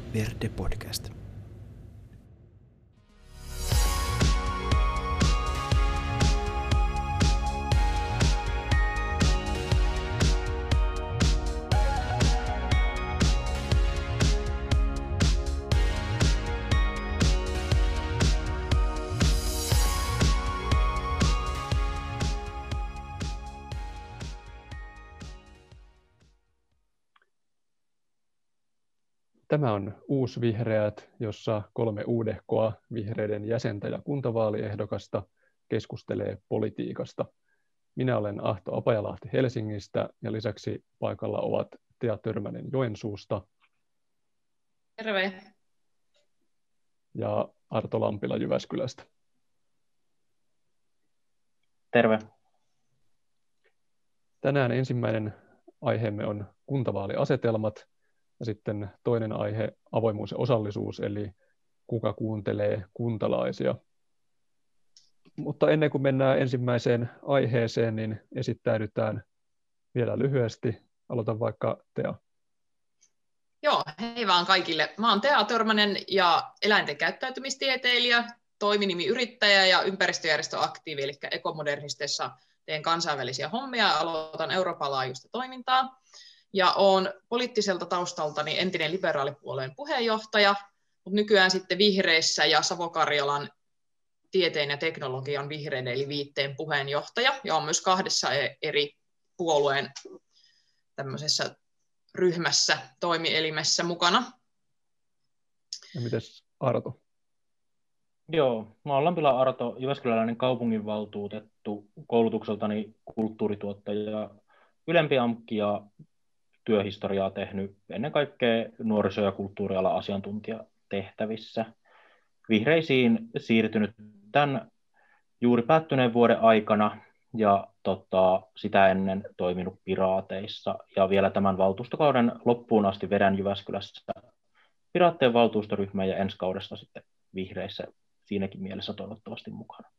Verde Podcast. Tämä on Uusvihreät, jossa 3 uudehkoa vihreiden jäsentä ja kuntavaaliehdokasta keskustelee politiikasta. Minä olen Ahto Apajalahti Helsingistä ja lisäksi paikalla ovat Tea Törmänen Joensuusta. Terve. Ja Arto Lampila Jyväskylästä. Terve. Tänään ensimmäinen aiheemme on kuntavaaliasetelmat. Ja sitten toinen aihe, avoimuus ja osallisuus, eli kuka kuuntelee kuntalaisia. Mutta ennen kuin mennään ensimmäiseen aiheeseen, niin esittäydytään vielä lyhyesti. Aloitan vaikka Tea. Joo, hei vaan kaikille. Mä oon Tea Törmänen ja eläinten käyttäytymistieteilijä, toiminimiyrittäjä ja ympäristöjärjestöaktiivi, eli Ekomodernisteissa teen kansainvälisiä hommia ja aloitan Euroopan laajuista toimintaa. Ja olen poliittiselta taustaltani entinen liberaalipuolueen puheenjohtaja, mutta nykyään sitten Vihreissä ja Savo-Karjalan tieteen ja teknologian vihreiden eli Viitteen puheenjohtaja, ja olen myös 2 eri puolueen tämmöisessä ryhmässä, toimielimessä mukana. Ja mites Arto? Joo, mä olen Lampila Arto, jyväskyläläinen kaupunginvaltuutettu, koulutukseltani kulttuurituottaja, ylempi AMK ja työhistoriaa tehnyt ennen kaikkea nuoriso- ja kulttuurialan asiantuntijatehtävissä. Vihreisiin siirtynyt tämän juuri päättyneen vuoden aikana ja sitä ennen toiminut Piraateissa ja vielä tämän valtuustokauden loppuun asti vedän Jyväskylässä Piraattien valtuustoryhmää ja ensi kaudesta sitten Vihreissä siinäkin mielessä toivottavasti mukana.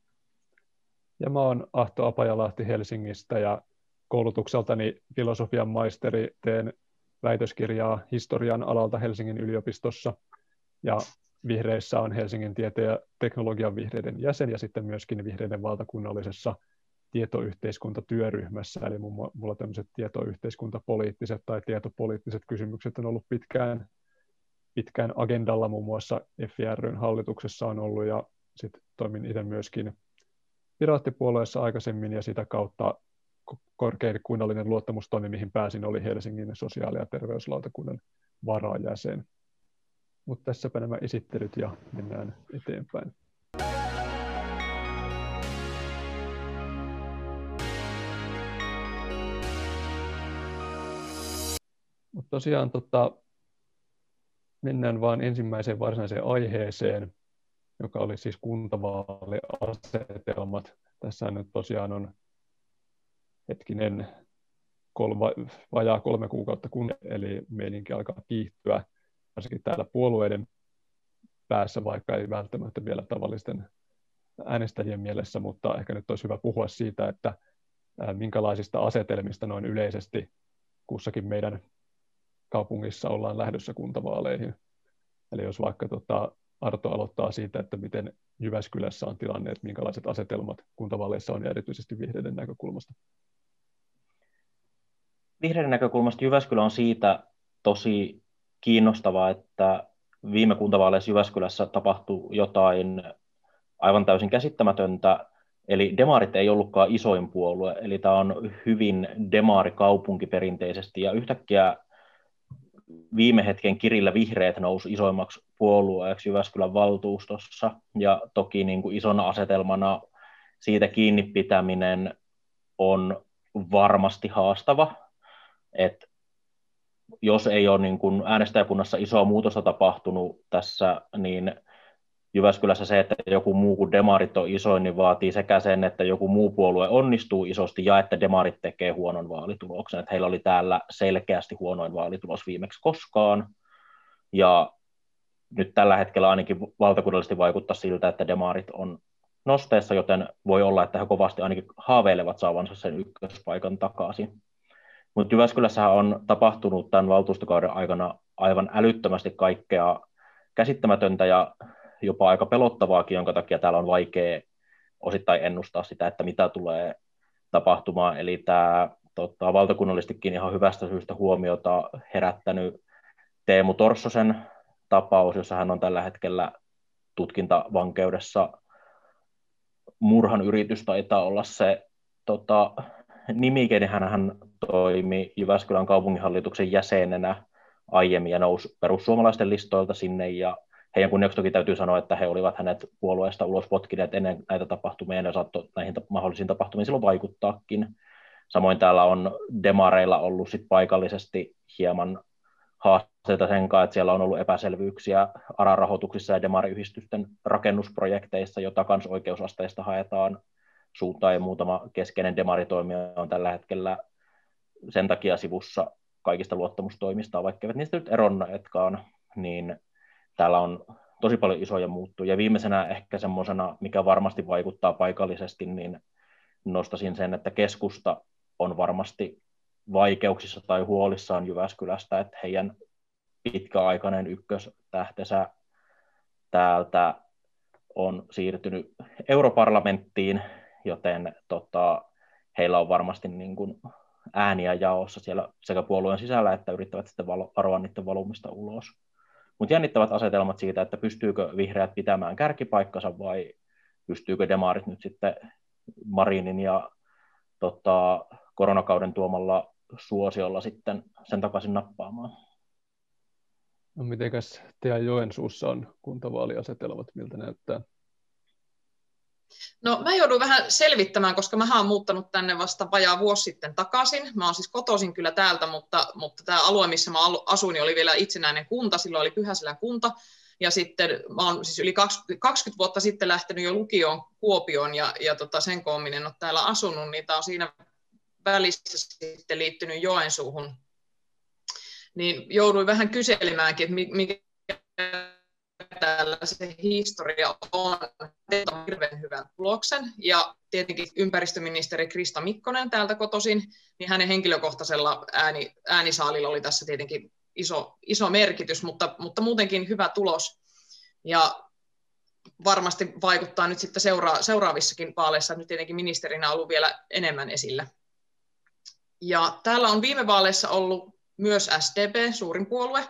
Ja mä oon Ahto Apajalahti Helsingistä ja koulutukseltani filosofian maisteri, teen väitöskirjaa historian alalta Helsingin yliopistossa ja Vihreissä on Helsingin tieteen ja teknologian vihreiden jäsen ja sitten myöskin vihreiden valtakunnallisessa tietoyhteiskuntatyöryhmässä, eli mulla tämmöiset tietoyhteiskuntapoliittiset tai tietopoliittiset kysymykset on ollut pitkään agendalla, muun muassa FIR:n hallituksessa on ollut ja sitten toimin itse myöskin Piraattipuolueessa aikaisemmin ja sitä kautta korkein kunnallinen luottamustoimi, mihin pääsin, oli Helsingin sosiaali- ja terveyslautakunnan varajäsen. Mutta tässäpä nämä esittelyt ja mennään eteenpäin. Mutta tosiaan mennään vaan ensimmäiseen varsinaiseen aiheeseen, joka oli siis kuntavaaliasetelmat. Tässä nyt tosiaan on vajaa 3 kuukautta, eli meininki alkaa kiihtyä, varsinkin täällä puolueiden päässä, vaikka ei välttämättä vielä tavallisten äänestäjien mielessä, mutta ehkä nyt olisi hyvä puhua siitä, että minkälaisista asetelmista noin yleisesti kussakin meidän kaupungissa ollaan lähdössä kuntavaaleihin. Eli jos vaikka Arto aloittaa siitä, että miten Jyväskylässä on tilanne, että minkälaiset asetelmat kuntavaaleissa on ja erityisesti vihreiden näkökulmasta. Vihreiden näkökulmasta Jyväskylä on siitä tosi kiinnostavaa, että viime kuntavaaleissa Jyväskylässä tapahtui jotain aivan täysin käsittämätöntä, eli demarit ei ollutkaan isoin puolue, eli tämä on hyvin demarikaupunki perinteisesti, ja yhtäkkiä viime hetken kirillä vihreät nousi isoimmaksi puolueeksi Jyväskylän valtuustossa, ja toki niin kuin isona asetelmana siitä kiinni pitäminen on varmasti haastava, että jos ei ole niin kuin äänestäjäkunnassa isoa muutosta tapahtunut tässä, niin Jyväskylässä se, että joku muu kuin demarit on isoin, niin vaatii sekä sen, että joku muu puolue onnistuu isosti ja että demarit tekee huonon vaalituloksen. Että heillä oli täällä selkeästi huonoin vaalitulos viimeksi koskaan. Ja nyt tällä hetkellä ainakin valtakunnallisesti vaikuttaa siltä, että demarit on nosteessa, joten voi olla, että he kovasti ainakin haaveilevat saavansa sen ykköspaikan takaisin. Mutta Jyväskylässähän on tapahtunut tämän valtuustokauden aikana aivan älyttömästi kaikkea käsittämätöntä ja jopa aika pelottavaakin, jonka takia täällä on vaikea osittain ennustaa sitä, että mitä tulee tapahtumaan. Eli tämä valtakunnallistikin ihan hyvästä syystä huomiota herättänyt Teemu Torssosen tapaus, jossa hän on tällä hetkellä tutkintavankeudessa. Murhan yritys taitaa olla se nimike, niin hän toimi Jyväskylän kaupunginhallituksen jäsenenä aiemmin ja nousi perussuomalaisten listoilta sinne, ja heidän kunniaksi toki täytyy sanoa, että he olivat hänet puolueesta ulos potkineet ennen näitä tapahtumia, ja ne saattoi näihin mahdollisiin tapahtumiin silloin vaikuttaakin. Samoin täällä on demareilla ollut sit paikallisesti hieman haasteita sen kanssa, että siellä on ollut epäselvyyksiä ARA-rahoituksissa ja demariyhdistysten rakennusprojekteissa, jota kans oikeusasteista haetaan suuntaan, ja muutama keskeinen demaritoimija on tällä hetkellä sen takia sivussa kaikista luottamustoimista, vaikka eivät niistä nyt eronneetkaan, niin täällä on tosi paljon isoja muuttuja. Ja viimeisenä ehkä semmoisena, mikä varmasti vaikuttaa paikallisesti, niin nostaisin sen, että keskusta on varmasti vaikeuksissa tai huolissaan Jyväskylästä, että heidän pitkäaikainen ykköstähtensä täältä on siirtynyt europarlamenttiin, joten heillä on varmasti niin kuin ääniä jaossa siellä sekä puolueen sisällä, että yrittävät sitten varoa niiden valumista ulos. Mutta jännittävät asetelmat siitä, että pystyykö vihreät pitämään kärkipaikkansa vai pystyykö demarit nyt sitten Marinin ja koronakauden tuomalla suosiolla sitten sen takaisin nappaamaan. No mitenkäs teidän Joensuussa on kuntavaaliasetelmat, miltä näyttää? No mä joudun vähän selvittämään, koska mä oon muuttanut tänne vasta vajaa vuosi sitten takaisin. Mä oon siis kotoisin kyllä täältä, mutta tämä alue, missä mä asuin, oli vielä itsenäinen kunta, silloin oli Pyhäselän kunta. Ja sitten mä oon siis yli 20 vuotta sitten lähtenyt jo lukioon Kuopioon ja sen koommin ole täällä asunut, niin tää on siinä välissä sitten liittynyt Joensuuhun. Niin jouduin vähän kyselemäänkin, että mikä täällä se historia on hirveän hyvän tuloksen. Ja tietenkin ympäristöministeri Krista Mikkonen täältä kotoisin, niin hänen henkilökohtaisella äänisaalilla oli tässä tietenkin iso merkitys, mutta muutenkin hyvä tulos. Ja varmasti vaikuttaa nyt sitten seuraavissakin vaaleissa, nyt tietenkin ministerinä on ollut vielä enemmän esillä. Ja täällä on viime vaaleissa ollut myös SDP, suurin puolue,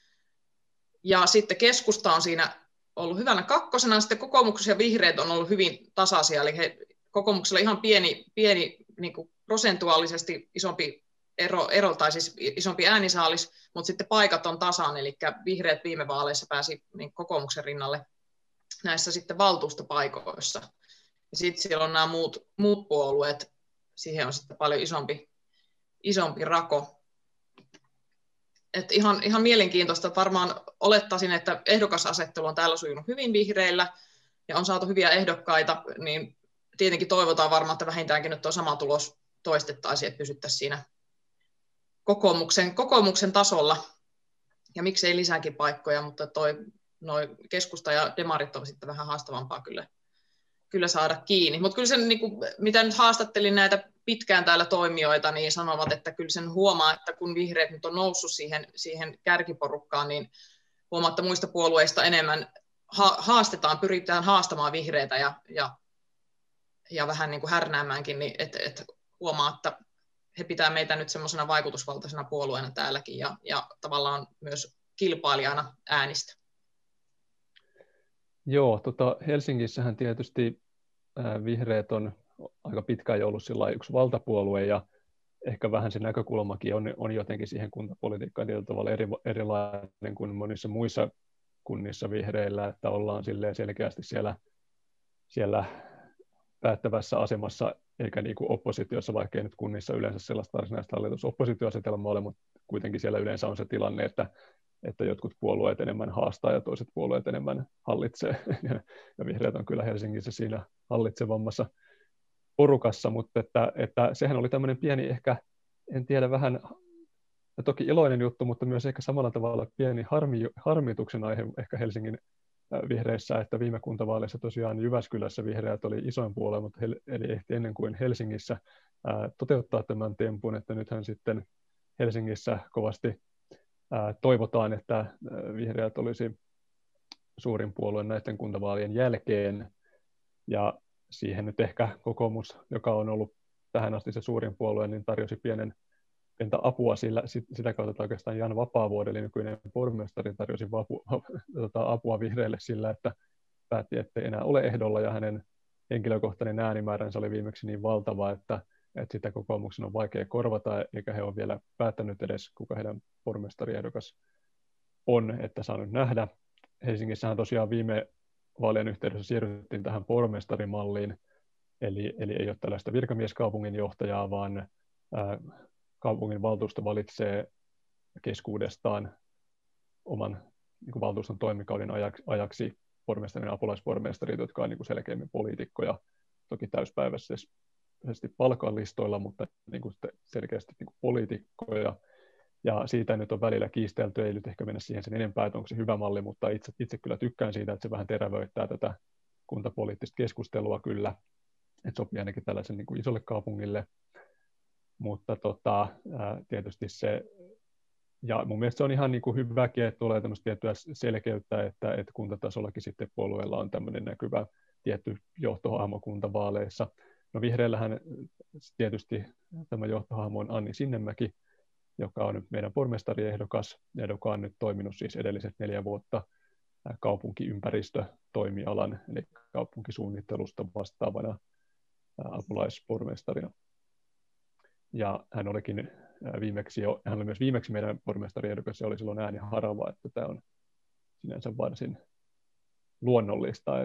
ja sitten keskusta on siinä ollut hyvänä kakkosena, sitten kokoomuksessa ja vihreät on ollut hyvin tasaisia, eli kokoomuksella ihan pieni niin kuin prosentuaalisesti isompi ero, tai siis isompi äänisaalis, mutta sitten paikat on tasan, eli vihreät viime vaaleissa pääsi niin kokoomuksen rinnalle näissä sitten valtuustopaikoissa. Ja sitten siellä on nämä muut puolueet, siihen on sitten paljon isompi rako. Et ihan mielenkiintoista, että varmaan olettaisin, että ehdokasasettelu on täällä sujunut hyvin vihreillä ja on saatu hyviä ehdokkaita, niin tietenkin toivotaan varmaan, että vähintäänkin nyt tuo sama tulos toistettaisiin, että pysyttäisiin siinä kokoomuksen tasolla. Ja miksei lisääkin paikkoja, mutta noi keskusta ja demarit on sitten vähän haastavampaa kyllä saada kiinni. Mutta kyllä sen, niin kuin, mitä nyt haastattelin näitä pitkään täällä toimijoita, niin sanovat, että kyllä sen huomaa, että kun vihreät nyt on noussut siihen kärkiporukkaan, niin huomaa, että muista puolueista enemmän pyritään haastamaan vihreitä ja vähän niin kuin härnäämäänkin, niin että huomaa, että he pitää meitä nyt semmoisena vaikutusvaltaisena puolueena täälläkin ja tavallaan myös kilpailijana äänistä. Joo, Helsingissähän tietysti vihreät on aika pitkään jo ollut yksi valtapuolue, ja ehkä vähän se näkökulmakin on jotenkin siihen kuntapolitiikkaan tietyllä tavalla erilainen kuin monissa muissa kunnissa vihreillä, että ollaan selkeästi siellä päättävässä asemassa, eikä niin kuin oppositiossa, vaikka ei nyt kunnissa yleensä sellaista varsinaista hallitus-oppositioasetelmaa ole, mutta kuitenkin siellä yleensä on se tilanne, että jotkut puolueet enemmän haastaa ja toiset puolueet enemmän hallitsee. Ja vihreät on kyllä Helsingissä siinä hallitsevammassa porukassa, mutta että sehän oli tämmöinen pieni ehkä, en tiedä, vähän toki iloinen juttu, mutta myös ehkä samalla tavalla pieni harmituksen aihe ehkä Helsingin vihreissä, että viime kuntavaaleissa tosiaan Jyväskylässä vihreät oli isoin puolue, mutta eli ehti ennen kuin Helsingissä, toteuttaa tämän tempun, että nythän sitten Helsingissä kovasti toivotaan, että vihreät olisi suurin puolue näiden kuntavaalien jälkeen, ja siihen nyt ehkä kokoomus, joka on ollut tähän asti se suurin puolue, niin tarjosi pientä apua sitä kautta, että oikeastaan Jan Vapaavuori, eli nykyinen pormestari, tarjosi apua vihreille sillä, että päätti, ettei enää ole ehdolla, ja hänen henkilökohtainen äänimääränsä oli viimeksi niin valtava, että sitä kokoomuksen on vaikea korvata, eikä he ole vielä päättänyt edes, kuka heidän pormestariehdokas on, että saa nyt nähdä. Helsingissähän tosiaan viime vaalien yhteydessä siirryttiin tähän pormestarimalliin, eli ei ole tällaista virkamieskaupungin-johtajaa, vaan kaupungin valtuusto valitsee keskuudestaan oman niin kuin valtuuston toimikauden ajaksi pormestarin ja apulaispormestarit, jotka on niin kuin selkeämmin poliitikkoja, toki täyspäiväisesti palkanlistoilla, mutta niin kuin selkeästi niin kuin poliitikkoja. Ja siitä nyt on välillä kiistelty, ei nyt ehkä mennä siihen sen enempää, että onko se hyvä malli, mutta itse kyllä tykkään siitä, että se vähän terävöittää tätä kuntapoliittista keskustelua kyllä, että sopii ainakin tällaisen niin kuin isolle kaupungille. Mutta tietysti se, ja mun mielestä se on ihan niin kuin hyväkin, että tulee tämmöistä tiettyä selkeyttä, että kuntatasollakin sitten puolueella on tämmöinen näkyvä tietty johtohahmo kuntavaaleissa. No vihreillähän tietysti tämä johtohahmo on Anni Sinnemäki, joka on nyt meidän pormestariehdokas, ja joka on nyt toiminut siis edelliset 4 vuotta kaupunkiympäristötoimialan, eli kaupunkisuunnittelusta vastaavana apulaispormestarina. Ja hän oli myös viimeksi meidän pormestariehdokas, ja oli silloin ääni harava, että tämä on sinänsä varsin luonnollista,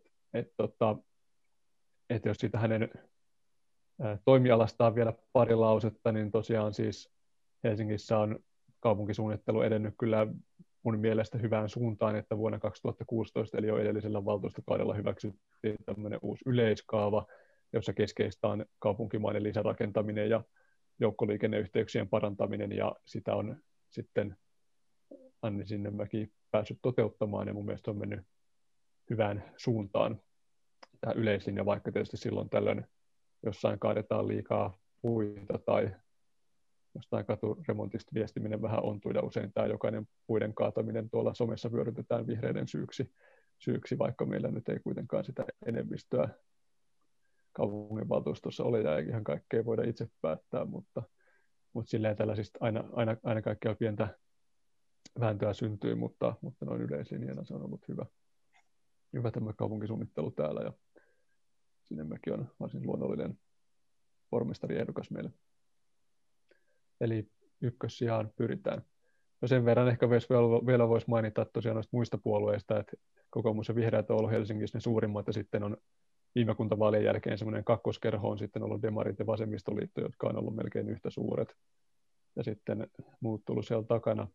että jos siitä hänen toimialastaan vielä pari lausetta, niin tosiaan siis Helsingissä on kaupunkisuunnittelu edennyt kyllä mun mielestä hyvään suuntaan, että vuonna 2016, eli jo edellisellä valtuustokaudella hyväksyttiin tämmöinen uusi yleiskaava, jossa keskeistä on kaupunkimainen lisärakentaminen ja joukkoliikenneyhteyksien parantaminen, ja sitä on sitten Anni Sinnemäki päässyt toteuttamaan, ja mun mielestä on mennyt hyvään suuntaan tämä yleislinja, vaikka tietysti silloin tällöin jossain kaadetaan liikaa puita tai jostain katuremontista viestiminen vähän ontuu, ja usein tämä jokainen puiden kaataminen tuolla somessa vyörytetään vihreiden syyksi, vaikka meillä nyt ei kuitenkaan sitä enemmistöä kaupunginvaltuustossa ole, ja ihan kaikkea voida itse päättää, mutta silleen tällaisista aina kaikkea pientä vääntöä syntyy, mutta noin yleislinjana se on ollut hyvä tämä kaupunkisuunnittelu täällä, ja Sinnemäki on varsin luonnollinen pormestariehdokas meille. Eli ykkössijaan pyritään. No sen verran ehkä vielä voisi mainita tosiaan noista muista puolueista, että kokoomus ja vihreät on ollut Helsingissä ne suurimmat, ja sitten on viime kuntavaalien jälkeen semmoinen kakkoskerho on sitten ollut demarit ja vasemmistoliitto, jotka on ollut melkein yhtä suuret. Ja sitten muut tullut siellä takana.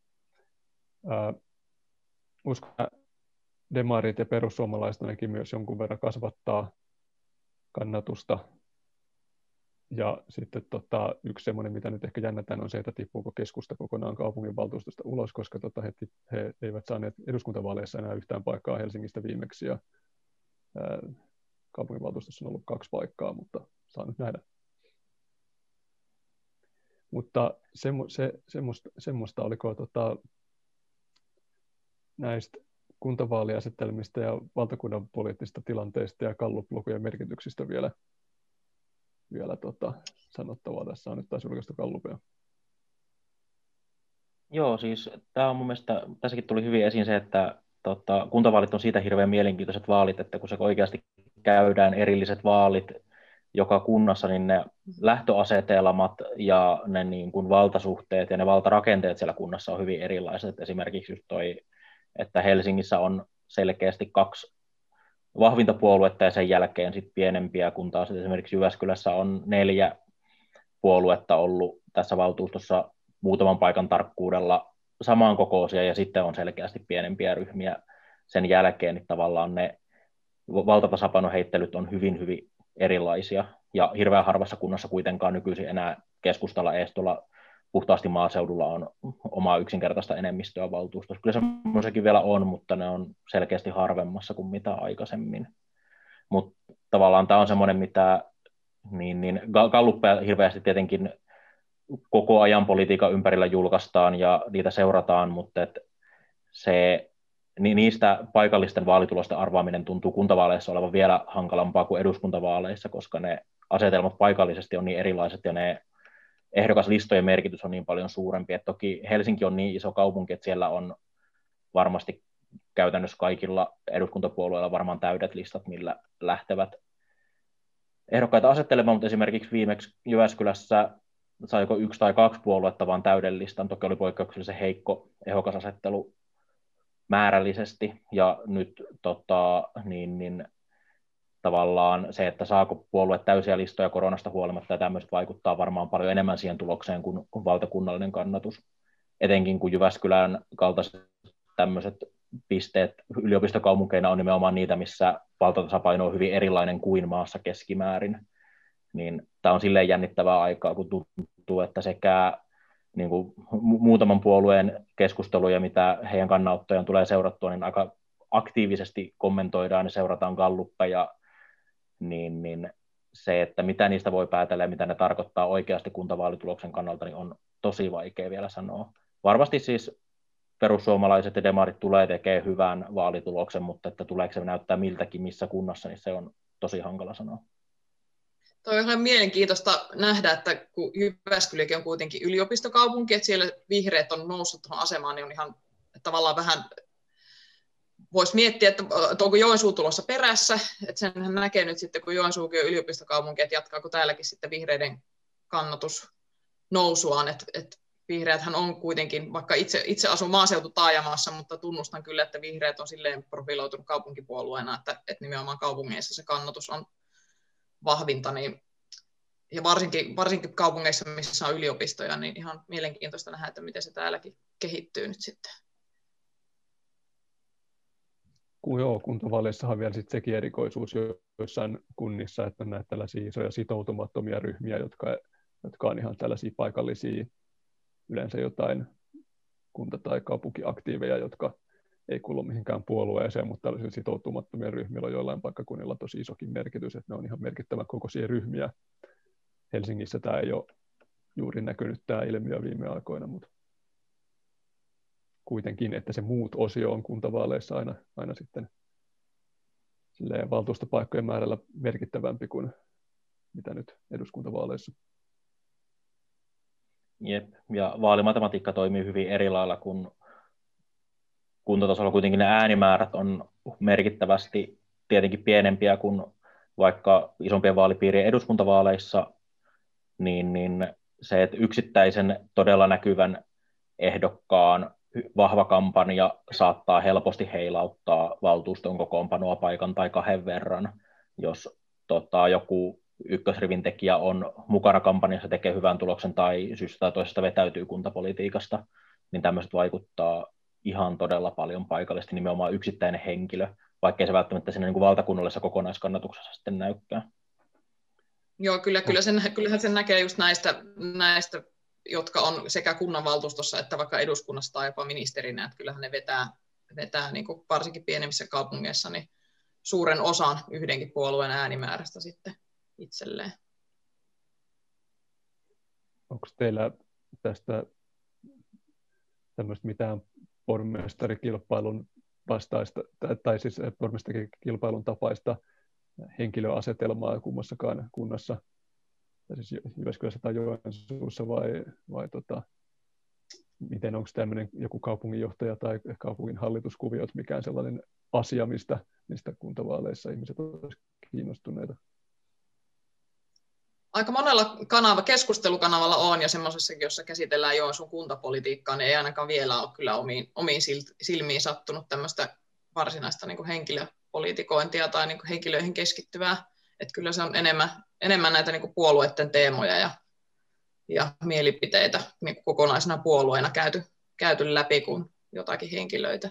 Uskon, että demarit ja perussuomalaiset ainakin myös jonkun verran kasvattaa kannatusta. Ja sitten yksi semmoinen, mitä nyt ehkä jännätään, on se, että tippuuko keskusta kokonaan kaupunginvaltuustosta ulos, koska he eivät saaneet eduskuntavaaleissa enää yhtään paikkaa Helsingistä viimeksi, ja kaupunginvaltuustossa on ollut 2 paikkaa, mutta saa nyt nähdä. Mutta semmoista oliko näistä kuntavaaliasetelmista ja valtakunnan poliittisista tilanteista ja Gallup-lukujen merkityksistä vielä sanottavaa. Tässä on nyt taas julkaistu Gallupia. Joo, siis tämä on mun mielestä, tässäkin tuli hyvin esiin se, että kuntavaalit on siitä hirveän mielenkiintoiset vaalit, että kun se oikeasti käydään erilliset vaalit joka kunnassa, niin ne lähtöasetelmat ja ne niin kuin valtasuhteet ja ne valtarakenteet siellä kunnassa on hyvin erilaiset. Esimerkiksi just että Helsingissä on selkeästi 2 vahvinta puoluetta ja sen jälkeen sitten pienempiä, kun taas esimerkiksi Jyväskylässä on 4 puoluetta ollut tässä valtuustossa muutaman paikan tarkkuudella samankokoisia, ja sitten on selkeästi pienempiä ryhmiä sen jälkeen, niin tavallaan ne valtatasapainoheittelyt on hyvin, hyvin erilaisia, ja hirveän harvassa kunnassa kuitenkaan nykyisin enää keskustalla edes tuolla puhtaasti maaseudulla on omaa yksinkertaista enemmistöä valtuustossa. Kyllä semmoisenkin vielä on, mutta ne on selkeästi harvemmassa kuin mitä aikaisemmin. Mutta tavallaan tämä on semmoinen, mitä niin galluppeja hirveästi tietenkin koko ajan politiikan ympärillä julkaistaan ja niitä seurataan, mutta niistä paikallisten vaalitulosten arvaaminen tuntuu kuntavaaleissa olevan vielä hankalampaa kuin eduskuntavaaleissa, koska ne asetelmat paikallisesti on niin erilaiset ja ne ehdokaslistojen merkitys on niin paljon suurempi. Et toki Helsinki on niin iso kaupunki, että siellä on varmasti käytännössä kaikilla eduskuntapuolueilla varmaan täydet listat, millä lähtevät ehdokkaita asettelemaan, mutta esimerkiksi viimeksi Jyväskylässä saiko 1 tai 2 puoluetta vaan täyden listan. Toki oli poikkeuksellisen heikko ehdokasasettelu määrällisesti, ja nyt tavallaan se, että saako puolue täysiä listoja koronasta huolimatta, ja tämmöiset vaikuttaa varmaan paljon enemmän siihen tulokseen kuin valtakunnallinen kannatus. Etenkin kun Jyväskylän kaltaiset tämmöiset pisteet yliopistokaupunkeina on nimenomaan niitä, missä valtatasapaino on hyvin erilainen kuin maassa keskimäärin. Niin tämä on silleen jännittävää aikaa, kun tuntuu, että sekä niin kuin muutaman puolueen keskusteluja, mitä heidän kannanottojaan tulee seurattua, niin aika aktiivisesti kommentoidaan ja seurataan galluppeja, niin se, että mitä niistä voi päätellä ja mitä ne tarkoittaa oikeasti kuntavaalituloksen kannalta, niin on tosi vaikea vielä sanoa. Varmasti siis perussuomalaiset ja demarit tulee tekemään hyvän vaalituloksen, mutta että tuleeko se näyttää miltäkin missä kunnassa, niin se on tosi hankala sanoa. Tuo on ihan mielenkiintoista nähdä, että kun Jyväskyläkin on kuitenkin yliopistokaupunki, että siellä vihreät on noussut tuohon asemaan, niin on ihan tavallaan vähän, voisi miettiä, että onko Joensuu tulossa perässä, että senhän näkee nyt sitten, kun Joensuukin on yliopistokaupunki, että jatkaako täälläkin sitten vihreiden kannatus nousuaan, että vihreäthän on kuitenkin, vaikka itse asun maaseututaajamassa, mutta tunnustan kyllä, että vihreät on silleen profiloitunut kaupunkipuolueena, että nimenomaan kaupungeissa se kannatus on vahvinta, niin, ja varsinkin kaupungeissa, missä on yliopistoja, niin ihan mielenkiintoista nähdä, että miten se täälläkin kehittyy nyt sitten. Joo, kuntavaaleissahan on vielä sit sekin erikoisuus joissain kunnissa, että on näitä tällaisia isoja sitoutumattomia ryhmiä, jotka on ihan tällaisia paikallisia, yleensä jotain kunta- tai kaupunkiaktiiveja, jotka ei kuulu mihinkään puolueeseen, mutta tällaisilla sitoutumattomia ryhmillä on joillain paikkakunnilla tosi isokin merkitys, että ne on ihan merkittävän kokoisia ryhmiä. Helsingissä tämä ei ole juuri näkynyt tämä ilmiö viime aikoina, mutta kuitenkin, että se muut osio on kuntavaaleissa aina sitten valtuustopaikkojen määrällä merkittävämpi kuin mitä nyt eduskuntavaaleissa. Jep, ja vaalimatematiikka toimii hyvin eri lailla, kun kuntatasolla kuitenkin ne äänimäärät on merkittävästi tietenkin pienempiä kuin vaikka isompien vaalipiirien eduskuntavaaleissa, niin se, että yksittäisen todella näkyvän ehdokkaan vahva kampanja saattaa helposti heilauttaa valtuuston kokoonpanoa paikan tai 2 verran, jos joku ykkösrivin tekijä on mukana kampanjassa, tekee hyvän tuloksen tai syystä tai toisesta vetäytyy kuntapolitiikasta, niin tämmöiset vaikuttaa ihan todella paljon paikallisesti nimenomaan yksittäinen henkilö, vaikkei se välttämättä siinä niin kuin valtakunnallisessa kokonaiskannatuksessa sitten näykään. Joo, kyllähän sen näkee just näistä, jotka on sekä kunnanvaltuustossa että vaikka eduskunnassa tai jopa ministerinä, että kyllähän ne vetää niin kuin varsinkin pienemmissä kaupungeissa niin suuren osan yhdenkin puolueen äänimäärästä sitten itselleen. Onko teillä tästä tämmöistä mitään pormestarikilpailun vastaista, tai siis pormestarikilpailun tapaista henkilöasetelmaa kummassakaan kunnassa, tai siis Jyväskylässä tai Joensuussa, vai miten, onko tämmöinen joku kaupunginjohtaja tai kaupungin hallituskuviot mikään sellainen asia, mistä kuntavaaleissa ihmiset ovat kiinnostuneita? Aika monella keskustelukanavalla on, ja semmoisessakin, jossa käsitellään Joensuun kuntapolitiikkaa, niin ei ainakaan vielä ole kyllä omiin silmiin sattunut tämmöistä varsinaista niin kuin henkilöpolitikointia tai niin kuin henkilöihin keskittyvää. Että kyllä se on enemmän näitä niin kuin puolueiden teemoja ja mielipiteitä niin kuin kokonaisena puolueena käyty läpi kuin jotakin henkilöitä.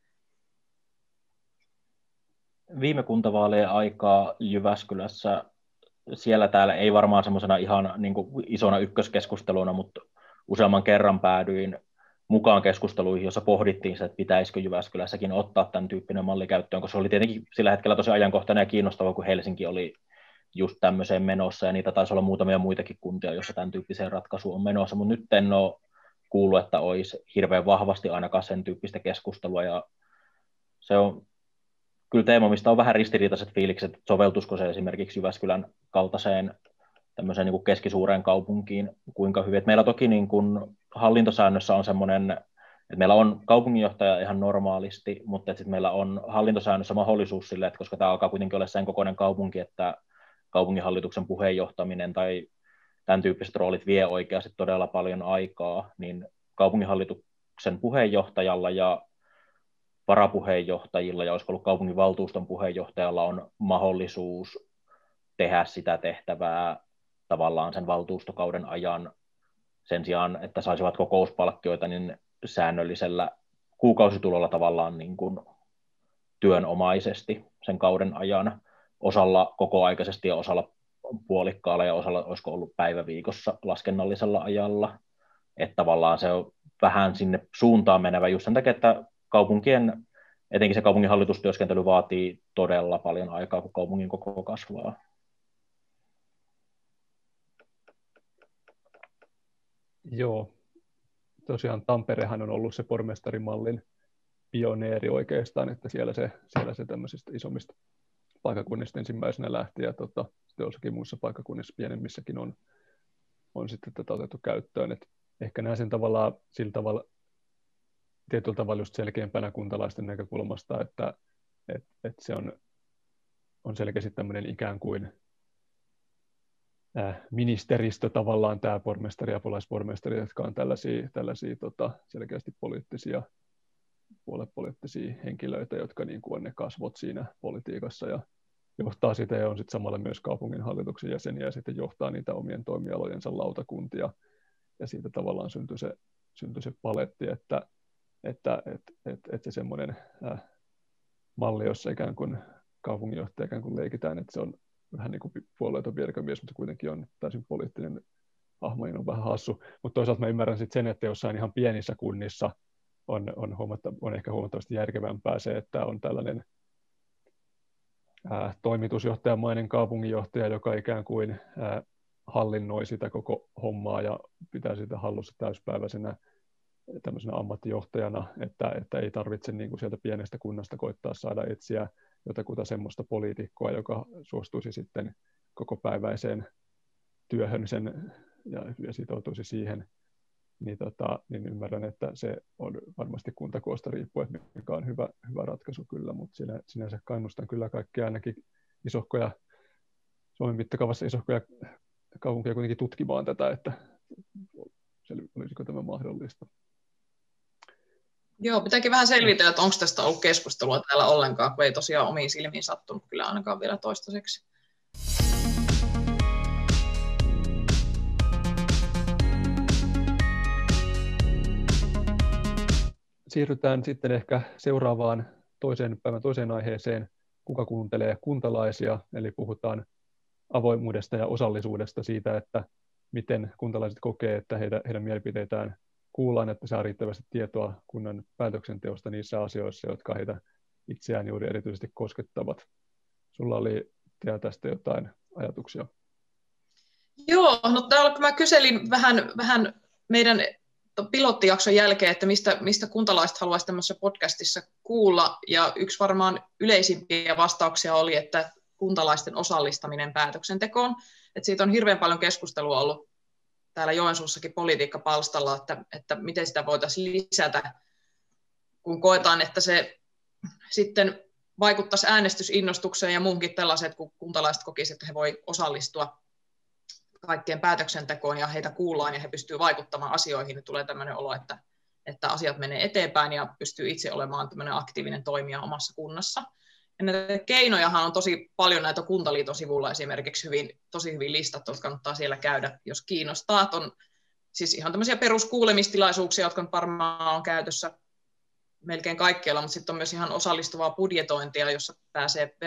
Viime kuntavaalien aikaa Jyväskylässä siellä täällä ei varmaan semmoisena ihan niin kuin isona ykköskeskusteluna, mutta useamman kerran päädyin mukaan keskusteluihin, jossa pohdittiin sitä, että pitäisikö Jyväskylässäkin ottaa tämän tyyppinen malli käyttöön, koska se oli tietenkin sillä hetkellä tosi ajankohtainen ja kiinnostava, kun Helsinki oli just tämmöiseen menossa, ja niitä taisi olla muutamia muitakin kuntia, joissa tämän tyyppiseen ratkaisuun on menossa, mutta nyt en ole kuullut, että olisi hirveän vahvasti ainakaan sen tyyppistä keskustelua, ja se on kyllä teema, mistä on vähän ristiriitaiset fiilikset, että soveltuisiko se esimerkiksi Jyväskylän kaltaiseen tämmöiseen niin kuin keskisuureen kaupunkiin kuinka hyvin. Et meillä toki niin kuin hallintosäännössä on semmoinen, että meillä on kaupunginjohtaja ihan normaalisti, mutta sitten meillä on hallintosäännössä mahdollisuus sille, että koska tämä alkaa kuitenkin olla sen kokoinen kaupunki, että kaupunginhallituksen puheenjohtaminen tai tämän tyyppiset roolit vie oikeasti todella paljon aikaa, niin kaupunginhallituksen puheenjohtajalla ja varapuheenjohtajilla ja olisiko ollut kaupunginvaltuuston puheenjohtajalla on mahdollisuus tehdä sitä tehtävää tavallaan sen valtuustokauden ajan sen sijaan, että saisivat kokouspalkkioita niin säännöllisellä kuukausitulolla tavallaan niin kuin työnomaisesti sen kauden ajan, osalla kokoaikaisesti ja osalla puolikkaalla ja osalla olisiko ollut päiväviikossa laskennallisella ajalla, että tavallaan se on vähän sinne suuntaan menevä just sen takia, että kaupunkien, etenkin se kaupungin hallitustyöskentely vaatii todella paljon aikaa, kun kaupungin koko kasvaa. Joo, tosiaan Tamperehan on ollut se pormestarimallin pioneeri oikeastaan, että siellä se tämmöisistä isommista paikkakunnista ensimmäisenä lähti, ja sitten jossakin muissa paikkakunnissa pienemmissäkin on sitten tätä otettu käyttöön. Et ehkä näen sen sillä tavalla tietyllä tavalla just selkeämpänä kuntalaisten näkökulmasta, että se on selkeästi tämmöinen ikään kuin ministeristö tavallaan, tämä pormestari ja apulaispormestari, jotka on tällaisia selkeästi puoluepoliittisia henkilöitä, jotka niin kuin on ne kasvot siinä politiikassa ja johtaa sitä ja on sitten samalla myös kaupungin hallituksen jäseniä ja sitten johtaa niitä omien toimialojensa lautakuntia ja siitä tavallaan syntyi se paletti, että se semmoinen malli, jossa ikään kuin kaupunginjohtaja ikään kuin leikitään, että se on vähän niin kuin puolueeton virkamies, mutta kuitenkin on täysin poliittinen hahmo, niin on vähän hassu. Mutta toisaalta mä ymmärrän sitten sen, että jossain ihan pienissä kunnissa on ehkä huomattavasti järkevämpää se, että on tällainen toimitusjohtajamainen kaupunginjohtaja, joka ikään kuin hallinnoi sitä koko hommaa ja pitää sitä hallussa täyspäiväisenä tämmöisenä ammattijohtajana, että ei tarvitse niin kuin sieltä pienestä kunnasta koittaa saada etsiä jotakuta semmoista poliitikkoa, joka suostuisi sitten kokopäiväiseen työhön ja sitoutuisi siihen, niin ymmärrän, että se on varmasti kuntakoosta riippuen, mikä on hyvä ratkaisu kyllä, mutta sinänsä kannustan kyllä kaikkia ainakin isohkoja, Suomen mittakaavassa isohkoja kaupunkia kuitenkin tutkimaan tätä, että olisiko tämä mahdollista. Joo, pitääkin vähän selvitellä, että onko tästä ollut keskustelua täällä ollenkaan, kun ei tosiaan omiin silmiin sattunut kyllä ainakaan vielä toistaiseksi. Siirrytään sitten ehkä seuraavaan päivän toiseen aiheeseen, kuka kuuntelee kuntalaisia, eli puhutaan avoimuudesta ja osallisuudesta siitä, että miten kuntalaiset kokee, että heidän mielipiteitään kuullaan, että saa riittävästi tietoa kunnan päätöksenteosta niissä asioissa, jotka heitä itseään juuri erityisesti koskettavat. Sulla oli tästä jotain ajatuksia? Joo, no täällä kun mä kyselin vähän meidän pilottijakson jälkeen, että mistä kuntalaiset haluaisivat tämmöisessä podcastissa kuulla, ja yksi varmaan yleisimpiä vastauksia oli, että kuntalaisten osallistaminen päätöksentekoon. Että siitä on hirveän paljon keskustelua ollut täällä Joensuussakin politiikkapalstalla, että miten sitä voitaisiin lisätä, kun koetaan, että se sitten vaikuttaisi äänestysinnostukseen ja muuhunkin tällaiset, kun kuntalaiset kokisivat, että he voi osallistua kaikkeen päätöksentekoon ja heitä kuullaan ja he pystyvät vaikuttamaan asioihin, niin tulee tämmöinen olo, että asiat menee eteenpäin ja pystyy itse olemaan tämmöinen aktiivinen toimija omassa kunnassa. Ja näitä keinojahan on tosi paljon näitä Kuntaliiton sivulla esimerkiksi tosi hyvin listattu, jotka kannattaa siellä käydä, jos kiinnostaa. On siis ihan tämmöisiä peruskuulemistilaisuuksia, jotka varmaan on käytössä melkein kaikkialla, mutta sitten on myös ihan osallistuvaa budjetointia, jossa pääsee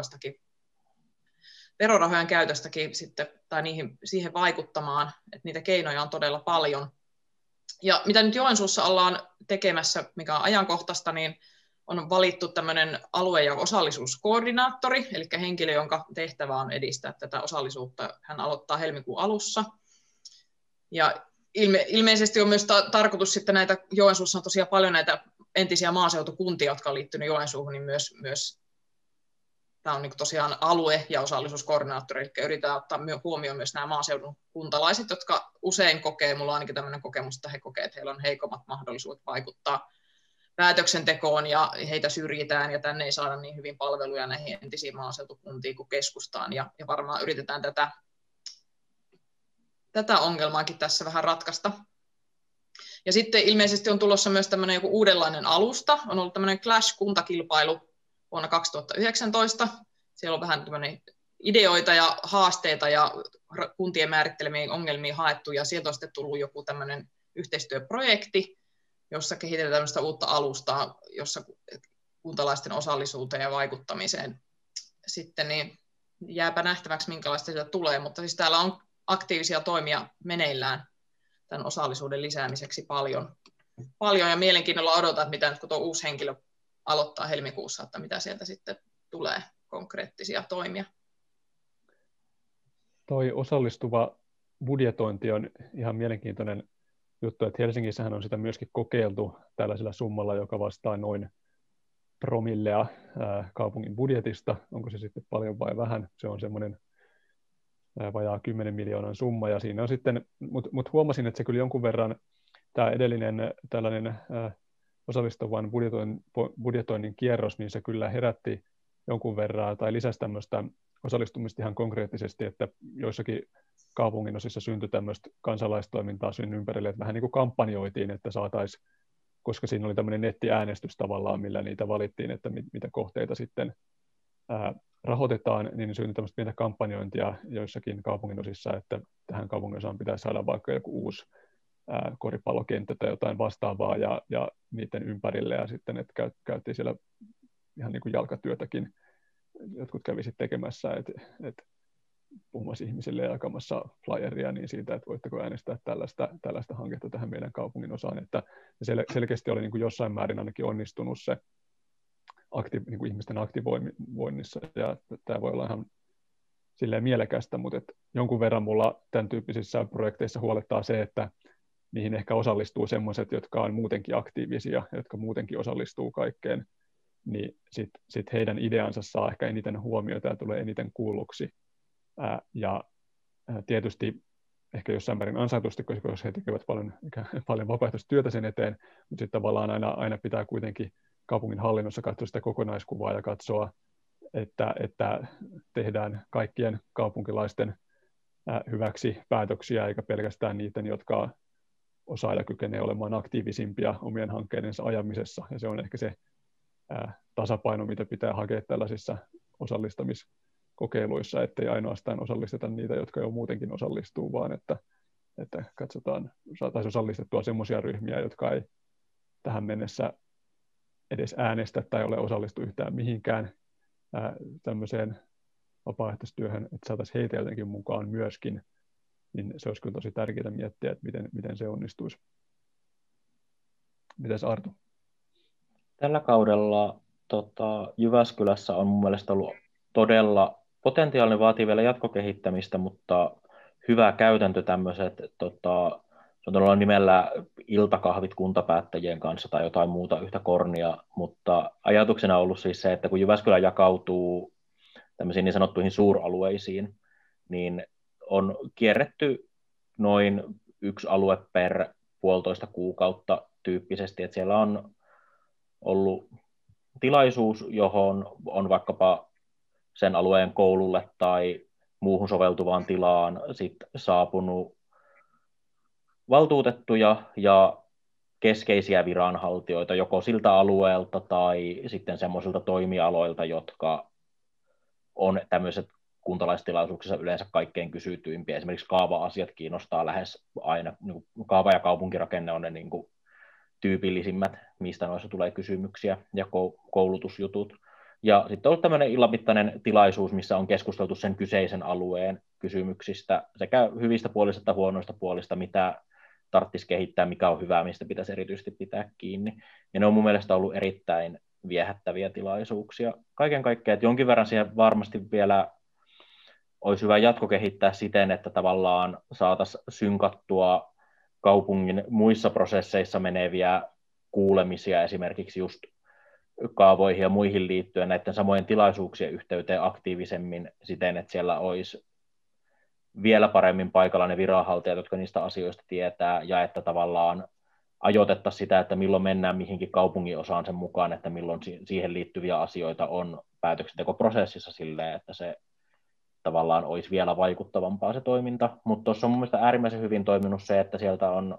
verorahojen käytöstäkin sitten, tai siihen vaikuttamaan, että niitä keinoja on todella paljon. Ja mitä nyt Joensuussa ollaan tekemässä, mikä on ajankohtaista, niin on valittu tämmöinen alue- ja osallisuuskoordinaattori, eli henkilö, jonka tehtävä on edistää tätä osallisuutta. Hän aloittaa helmikuun alussa. Ja ilmeisesti on myös tarkoitus sitten näitä, Joensuussa on tosiaan paljon näitä entisiä maaseutukuntia, jotka on liittynyt Joensuuhun, niin myös tämä on niin tosiaan alue- ja osallisuuskoordinaattori, eli yritetään ottaa huomioon myös nämä maaseudun kuntalaiset, jotka usein kokee, mulla on ainakin tämmöinen kokemus, että he kokee, että heillä on heikommat mahdollisuudet vaikuttaa päätöksentekoon ja heitä syrjitään ja tänne ei saada niin hyvin palveluja näihin entisiin maaseutukuntiin kuin keskustaan ja varmaan yritetään tätä ongelmaakin tässä vähän ratkaista. Ja sitten ilmeisesti on tulossa myös tämmöinen joku uudenlainen alusta, on ollut tämmöinen Clash-kuntakilpailu vuonna 2019. Siellä on vähän tämmöinen ideoita ja haasteita ja kuntien määrittelemiin ongelmiin haettu ja sieltä on sitten tullut joku tämmöinen yhteistyöprojekti, jossa kehitetään tämmöistä uutta alustaa, jossa kuntalaisten osallisuuteen ja vaikuttamiseen sitten niin jääpä nähtäväksi, minkälaista sitä tulee, mutta siis täällä on aktiivisia toimia meneillään tämän osallisuuden lisäämiseksi paljon ja mielenkiinnolla odotan, että mitä kun tuo uusi henkilö aloittaa helmikuussa, että mitä sieltä sitten tulee konkreettisia toimia. Toi osallistuva budjetointi on ihan mielenkiintoinen juttu, että Helsingissähän on sitä myöskin kokeiltu tällaisella summalla, joka vastaa noin promillea kaupungin budjetista. Onko se sitten paljon vai vähän? Se on semmoinen vajaa 10 miljoonan summa, ja siinä on sitten, mutta huomasin, että se kyllä jonkun verran, tämä edellinen tällainen osallistuvan budjetoinnin kierros, niin se kyllä herätti jonkun verran, tai lisäsi tämmöistä osallistumista ihan konkreettisesti, että joissakin kaupunginosissa syntyi tämmöistä kansalaistoimintaa syyn ympärille, että vähän niin kuin kampanjoitiin, että saataisiin, koska siinä oli tämmöinen nettiäänestys tavallaan, millä niitä valittiin, että mitä kohteita sitten rahoitetaan, niin syntyi tämmöistä pientä kampanjointia joissakin kaupunginosissa, että tähän kaupunginosaan pitäisi saada vaikka joku uusi koripallokenttä tai jotain vastaavaa ja niiden ympärille, ja sitten että käytiin siellä ihan niin kuin jalkatyötäkin, jotkut kävi sitten tekemässä, että puhumassa ihmisille ja jakamassa flyeria niin siitä, että voitteko äänestää tällaista hanketta tähän meidän kaupungin osaan, että selkeästi oli niin kuin jossain määrin ainakin onnistunut se niin kuin ihmisten aktivoinnissa, ja tämä voi olla ihan silleen mielekästä, mutta että jonkun verran mulla tämän tyyppisissä projekteissa huolettaa se, että niihin ehkä osallistuu sellaiset, jotka on muutenkin aktiivisia, jotka muutenkin osallistuu kaikkeen, niin sit heidän ideansa saa ehkä eniten huomiota ja tulee eniten kuulluksi. Ja tietysti ehkä jossain määrin ansaitusti, koska he tekevät paljon vapaaehtoista työtä sen eteen, mutta sitten tavallaan aina pitää kuitenkin kaupungin hallinnossa katsoa sitä kokonaiskuvaa ja katsoa, että tehdään kaikkien kaupunkilaisten hyväksi päätöksiä, eikä pelkästään niiden, jotka osaa ja kykenee olemaan aktiivisimpia omien hankkeidensa ajamisessa. Ja se on ehkä se tasapaino, mitä pitää hakea tällaisissa osallistamiskokeiluissa, ettei ainoastaan osallisteta niitä, jotka jo muutenkin osallistuu, vaan että saataisiin osallistettua sellaisia ryhmiä, jotka ei tähän mennessä edes äänestä tai ole osallistu yhtään mihinkään tämmöiseen vapaaehtoistyöhön, että saataisiin heitä jotenkin mukaan myöskin, niin se olisi kyllä tosi tärkeää miettiä, että miten se onnistuisi. Mitäs Arto? Tällä kaudella Jyväskylässä on mun mielestä ollut todella potentiaalinen, vaatii vielä jatkokehittämistä, mutta hyvä käytäntö tämmöiset, se on todella nimellä iltakahvit kuntapäättäjien kanssa tai jotain muuta yhtä kornia, mutta ajatuksena on ollut siis se, että kun Jyväskylä jakautuu tämmöisiin niin sanottuihin suuralueisiin, niin on kierretty noin yksi alue per 1,5 kuukautta tyyppisesti, että siellä on ollut tilaisuus, johon on vaikkapa sen alueen koululle tai muuhun soveltuvaan tilaan sit saapunut valtuutettuja ja keskeisiä viranhaltijoita joko siltä alueelta tai sitten semmoisilta toimialoilta, jotka on tämmöiset kuntalaistilaisuuksissa yleensä kaikkein kysytyimpiä. Esimerkiksi kaava-asiat kiinnostaa lähes aina. Kaava- ja kaupunkirakenne on ne niin kuin tyypillisimmät, mistä noissa tulee kysymyksiä, ja koulutusjutut. Ja sitten on ollut tämmöinen illanmittainen tilaisuus, missä on keskusteltu sen kyseisen alueen kysymyksistä, sekä hyvistä puolista että huonoista puolista, mitä tarvitsisi kehittää, mikä on hyvää, mistä pitäisi erityisesti pitää kiinni. Ja ne on mun mielestä ollut erittäin viehättäviä tilaisuuksia. Kaiken kaikkiaan, että jonkin verran siihen varmasti vielä olisi hyvä jatkokehittää siten, että tavallaan saataisiin synkattua kaupungin muissa prosesseissa meneviä kuulemisia esimerkiksi just kaavoihin ja muihin liittyen näiden samojen tilaisuuksien yhteyteen aktiivisemmin siten, että siellä olisi vielä paremmin paikalla ne viranhaltijat, jotka niistä asioista tietää, ja että tavallaan ajoitettaisiin sitä, että milloin mennään mihinkin kaupungin osaan sen mukaan, että milloin siihen liittyviä asioita on päätöksentekoprosessissa silleen, että se tavallaan olisi vielä vaikuttavampaa se toiminta. Mutta tuossa on mun mielestä äärimmäisen hyvin toiminut se, että sieltä on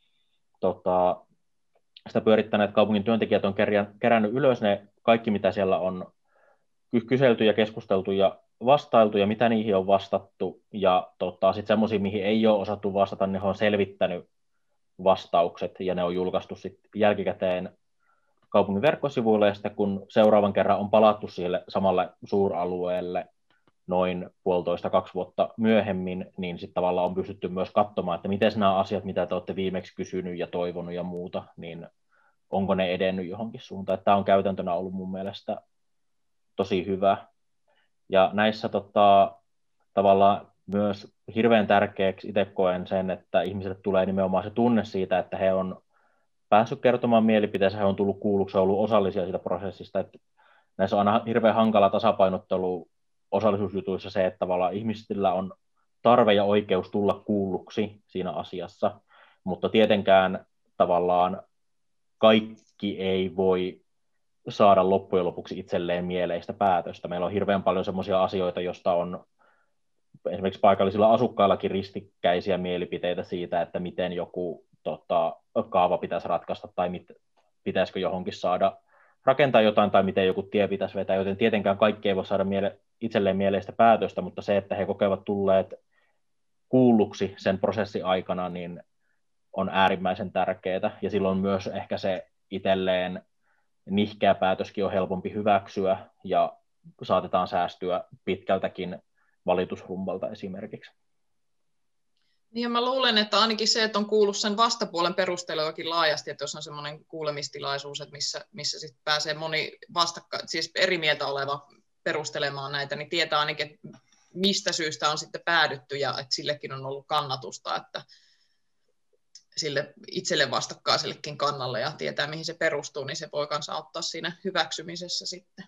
sitä pyörittäneet kaupungin työntekijät on kerännyt ylös ne kaikki, mitä siellä on kyselty ja keskusteltu ja vastailtu ja mitä niihin on vastattu. Ja sitten semmoisia, mihin ei ole osattu vastata, ne on selvittänyt vastaukset ja ne on julkaistu sitten jälkikäteen kaupungin verkkosivuille. Ja sitten kun seuraavan kerran on palattu sille samalle suuralueelle noin 1,5–2 vuotta myöhemmin, niin sitten tavallaan on pystytty myös katsomaan, että miten nämä asiat, mitä te olette viimeksi kysynyt ja toivonut ja muuta, niin onko ne edennyt johonkin suuntaan. Tämä on käytäntönä ollut mun mielestä tosi hyvä. Ja näissä tavallaan myös hirveän tärkeäksi itse koen sen, että ihmisille tulee nimenomaan se tunne siitä, että he on päässyt kertomaan mielipiteensä, he on tullut kuulluksi, he on ollut osallisia siitä prosessista. Että näissä on aina hirveän hankala tasapainottelu osallisuusjutuissa se, että tavallaan ihmisillä on tarve ja oikeus tulla kuulluksi siinä asiassa, mutta tietenkään tavallaan kaikki ei voi saada loppujen lopuksi itselleen mieleistä päätöstä. Meillä on hirveän paljon sellaisia asioita, joista on esimerkiksi paikallisilla asukkaillakin ristikkäisiä mielipiteitä siitä, että miten joku kaava pitäisi ratkaista tai pitäisikö johonkin saada rakentaa jotain tai miten joku tie pitäisi vetää, joten tietenkään kaikki ei voi saada itselleen mieleistä päätöstä, mutta se, että he kokevat tulleet kuulluksi sen prosessin aikana, niin on äärimmäisen tärkeää, ja silloin myös ehkä se itselleen nihkeä päätöskin on helpompi hyväksyä, ja saatetaan säästyä pitkältäkin valitusrumbalta esimerkiksi. Niin ja mä luulen, että ainakin se, että on kuullut sen vastapuolen perusteluakin laajasti, että jos on semmoinen kuulemistilaisuus, että missä sit pääsee moni siis eri mieltä oleva perustelemaan näitä, niin tietää ainakin, että mistä syystä on sitten päädytty ja että sillekin on ollut kannatusta, että sille itselle vastakkaisellekin kannalle ja tietää, mihin se perustuu, niin se voi kanssa auttaa siinä hyväksymisessä sitten.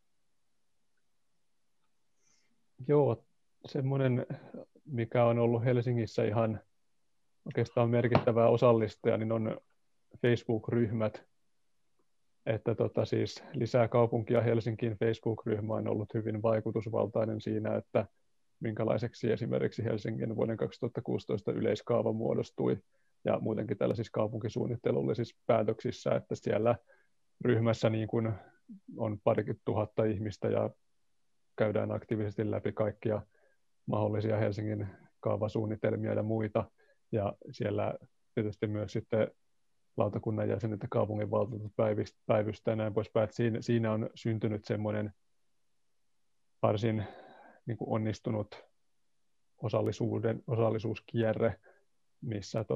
Joo, semmoinen, mikä on ollut Helsingissä ihan oikeastaan merkittävää osallistuja, niin on Facebook-ryhmät. Että siis Lisää kaupunkia Helsinkiin Facebook-ryhmä on ollut hyvin vaikutusvaltainen siinä, että minkälaiseksi esimerkiksi Helsingin vuoden 2016 yleiskaava muodostui ja muutenkin tällaisissa kaupunkisuunnittelullisissa päätöksissä, että siellä ryhmässä niin kuin on 20 000 ihmistä ja käydään aktiivisesti läpi kaikkia mahdollisia Helsingin kaavasuunnitelmia ja muita. Ja siellä tietysti myös sitten lautakunnan jäsenet ja kaupunginvaltuutetut päivystää ja näin poispäin. Siinä on syntynyt semmoinen varsin niin kuin onnistunut osallisuuskierre, missä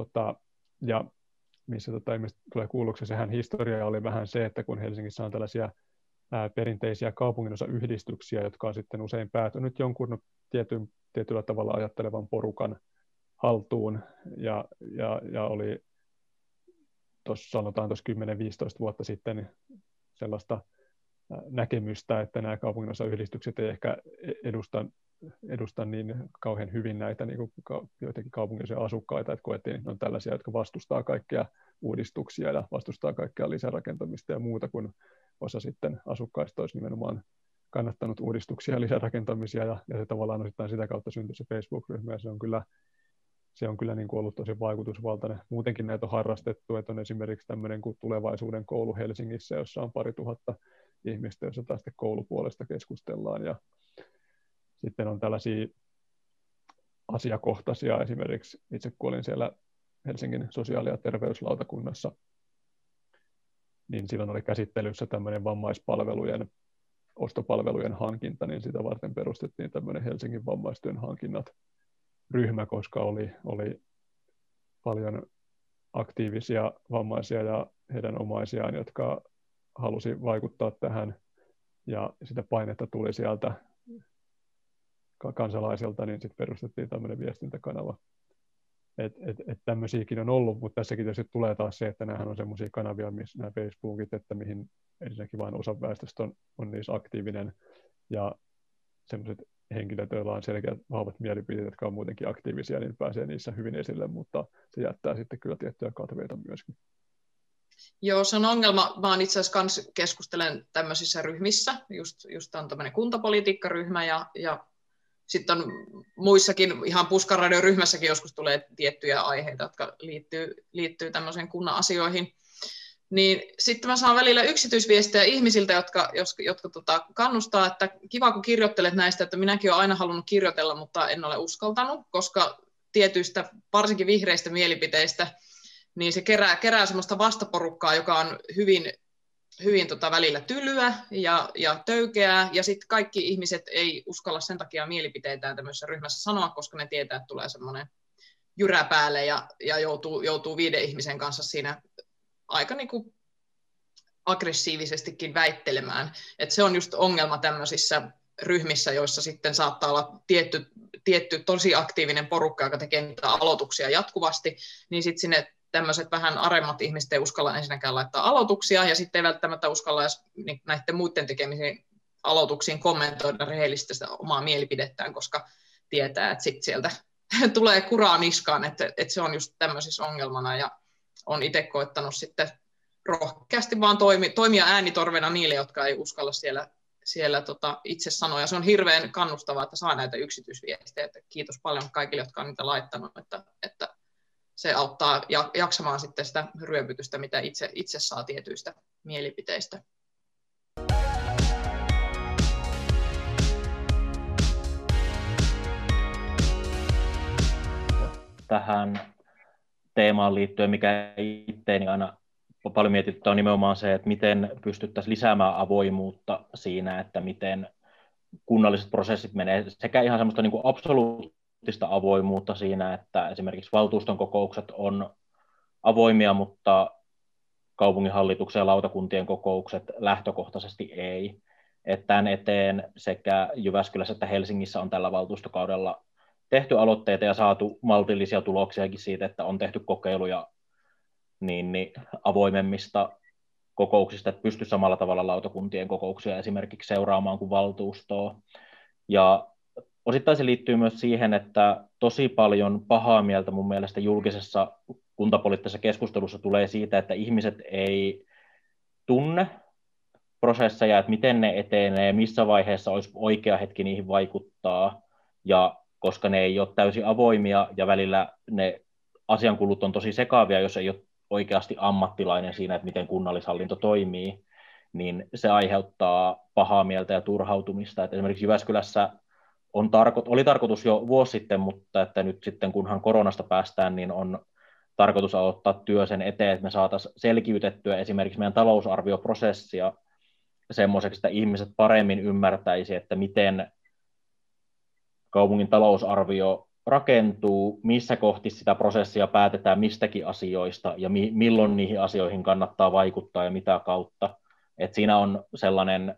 tulee kuulluksi. Sehän historia oli vähän se, että kun Helsingissä on tällaisia perinteisiä kaupunginosayhdistyksiä, jotka on sitten usein päätynyt jonkun tietyllä tavalla ajattelevan porukan haltuun, ja oli sanotaan 10–15 vuotta sitten sellaista näkemystä, että nämä kaupunginosayhdistykset ei ehkä edusta niin kauhean hyvin näitä niin kuin joitakin kaupunginosan asukkaita, että koettiin, että ne on tällaisia, jotka vastustaa kaikkia uudistuksia ja vastustaa kaikkea lisärakentamista ja muuta, kun osa sitten asukkaista olisi nimenomaan kannattanut uudistuksia ja lisärakentamisia, ja se tavallaan osittain sitä kautta syntyi se Facebook-ryhmä, ja se on kyllä niin kuin ollut tosi vaikutusvaltainen. Muutenkin näitä on harrastettu, että on esimerkiksi tämmöinen kuin Tulevaisuuden koulu Helsingissä, jossa on 2000 ihmistä, jossa taas koulupuolesta keskustellaan, ja sitten on tällaisia asiakohtaisia, esimerkiksi itse kun olin siellä Helsingin sosiaali- ja terveyslautakunnassa, niin silloin oli käsittelyssä tämmöinen vammaispalvelujen, ostopalvelujen hankinta, niin sitä varten perustettiin tämmöinen Helsingin vammaistyön hankinnat ryhmä, koska oli paljon aktiivisia vammaisia ja heidän omaisiaan, jotka halusi vaikuttaa tähän, ja sitä painetta tuli sieltä kansalaisilta, niin sitten perustettiin tämmöinen viestintäkanava. Tämmöisiäkin on ollut, mutta tässäkin tietysti tulee taas se, että nämähän on semmoisia kanavia, missä nämä Facebookit, että mihin ensinnäkin vain osa väestöstä on niissä aktiivinen, ja semmoiset henkilöt, joilla on selkeät vahvat mielipiteet, jotka on muutenkin aktiivisia, niin pääsee niissä hyvin esille, mutta se jättää sitten kyllä tiettyjä katveita myöskin. Joo, se on ongelma. Mä oon itse asiassa keskustelen tämmöisissä ryhmissä, just on tämmöinen kuntapolitiikkaryhmä ja sitten on muissakin, ihan Puskaradion-ryhmässäkin joskus tulee tiettyjä aiheita, jotka liittyy tämmöiseen kunnan asioihin. Niin sitten mä saan välillä yksityisviestejä ihmisiltä, jotka kannustaa, että kiva kun kirjoittelet näistä, että minäkin olen aina halunnut kirjoitella, mutta en ole uskaltanut, koska tietyistä, varsinkin vihreistä mielipiteistä, niin se kerää semmoista vastaporukkaa, joka on hyvin välillä tylyä ja töykeää, ja sitten kaikki ihmiset ei uskalla sen takia mielipiteitään tämmöisessä ryhmässä sanoa, koska ne tietää, että tulee semmoinen jyrä päälle ja joutuu 5 ihmisen kanssa siinä aika niin kuin aggressiivisestikin väittelemään. Et se on just ongelma tämmöisissä ryhmissä, joissa sitten saattaa olla tietty tosi aktiivinen porukka, joka tekee niitä aloituksia jatkuvasti, niin sitten sinne tämmöiset vähän aremmat ihmiset ei uskalla ensinnäkään laittaa aloituksia, ja sitten ei välttämättä uskalla edes näiden muiden tekemisiin aloituksiin kommentoida rehellisesti sitä omaa mielipidettään, koska tietää, että sitten sieltä tulee kuraa niskaan, että se on just tämmöisissä ongelmana, ja on itse koettanut sitten rohkeasti vaan toimia äänitorvena niille, jotka ei uskalla siellä itse sanoa, ja se on hirveän kannustavaa, että saa näitä yksityisviestejä, että kiitos paljon kaikille, jotka on niitä laittanut, että se auttaa jaksamaan sitten sitä ryöpytystä, mitä itse saa tietyistä mielipiteistä. Tähän teemaan liittyen, mikä itseäni aina paljon mietityttää, on nimenomaan se, että miten pystyttäisiin lisäämään avoimuutta siinä, että miten kunnalliset prosessit menee, sekä ihan semmoista niin kuin absoluuttista avoimuutta siinä, että esimerkiksi valtuuston kokoukset on avoimia, mutta kaupunginhallituksen ja lautakuntien kokoukset lähtökohtaisesti ei. Että tämän eteen sekä Jyväskylässä että Helsingissä on tällä valtuustokaudella tehty aloitteita ja saatu maltillisia tuloksiakin siitä, että on tehty kokeiluja niin avoimemmista kokouksista, että pystyy samalla tavalla lautakuntien kokouksia esimerkiksi seuraamaan kuin valtuustoa. Ja osittain se liittyy myös siihen, että tosi paljon pahaa mieltä mun mielestä julkisessa kuntapoliittisessa keskustelussa tulee siitä, että ihmiset ei tunne prosesseja, että miten ne etenee, missä vaiheessa olisi oikea hetki niihin vaikuttaa, ja koska ne ei ole täysin avoimia ja välillä ne asiankulut on tosi sekaavia, jos ei ole oikeasti ammattilainen siinä, että miten kunnallishallinto toimii, niin se aiheuttaa pahaa mieltä ja turhautumista. Että esimerkiksi Jyväskylässä oli tarkoitus jo vuosi sitten, mutta että nyt sitten kunhan koronasta päästään, niin on tarkoitus aloittaa työ sen eteen, että me saataisiin selkiytettyä esimerkiksi meidän talousarvioprosessia semmoiseksi, että ihmiset paremmin ymmärtäisi, että miten kaupungin talousarvio rakentuu, missä kohti sitä prosessia päätetään mistäkin asioista ja milloin niihin asioihin kannattaa vaikuttaa ja mitä kautta. Et siinä on sellainen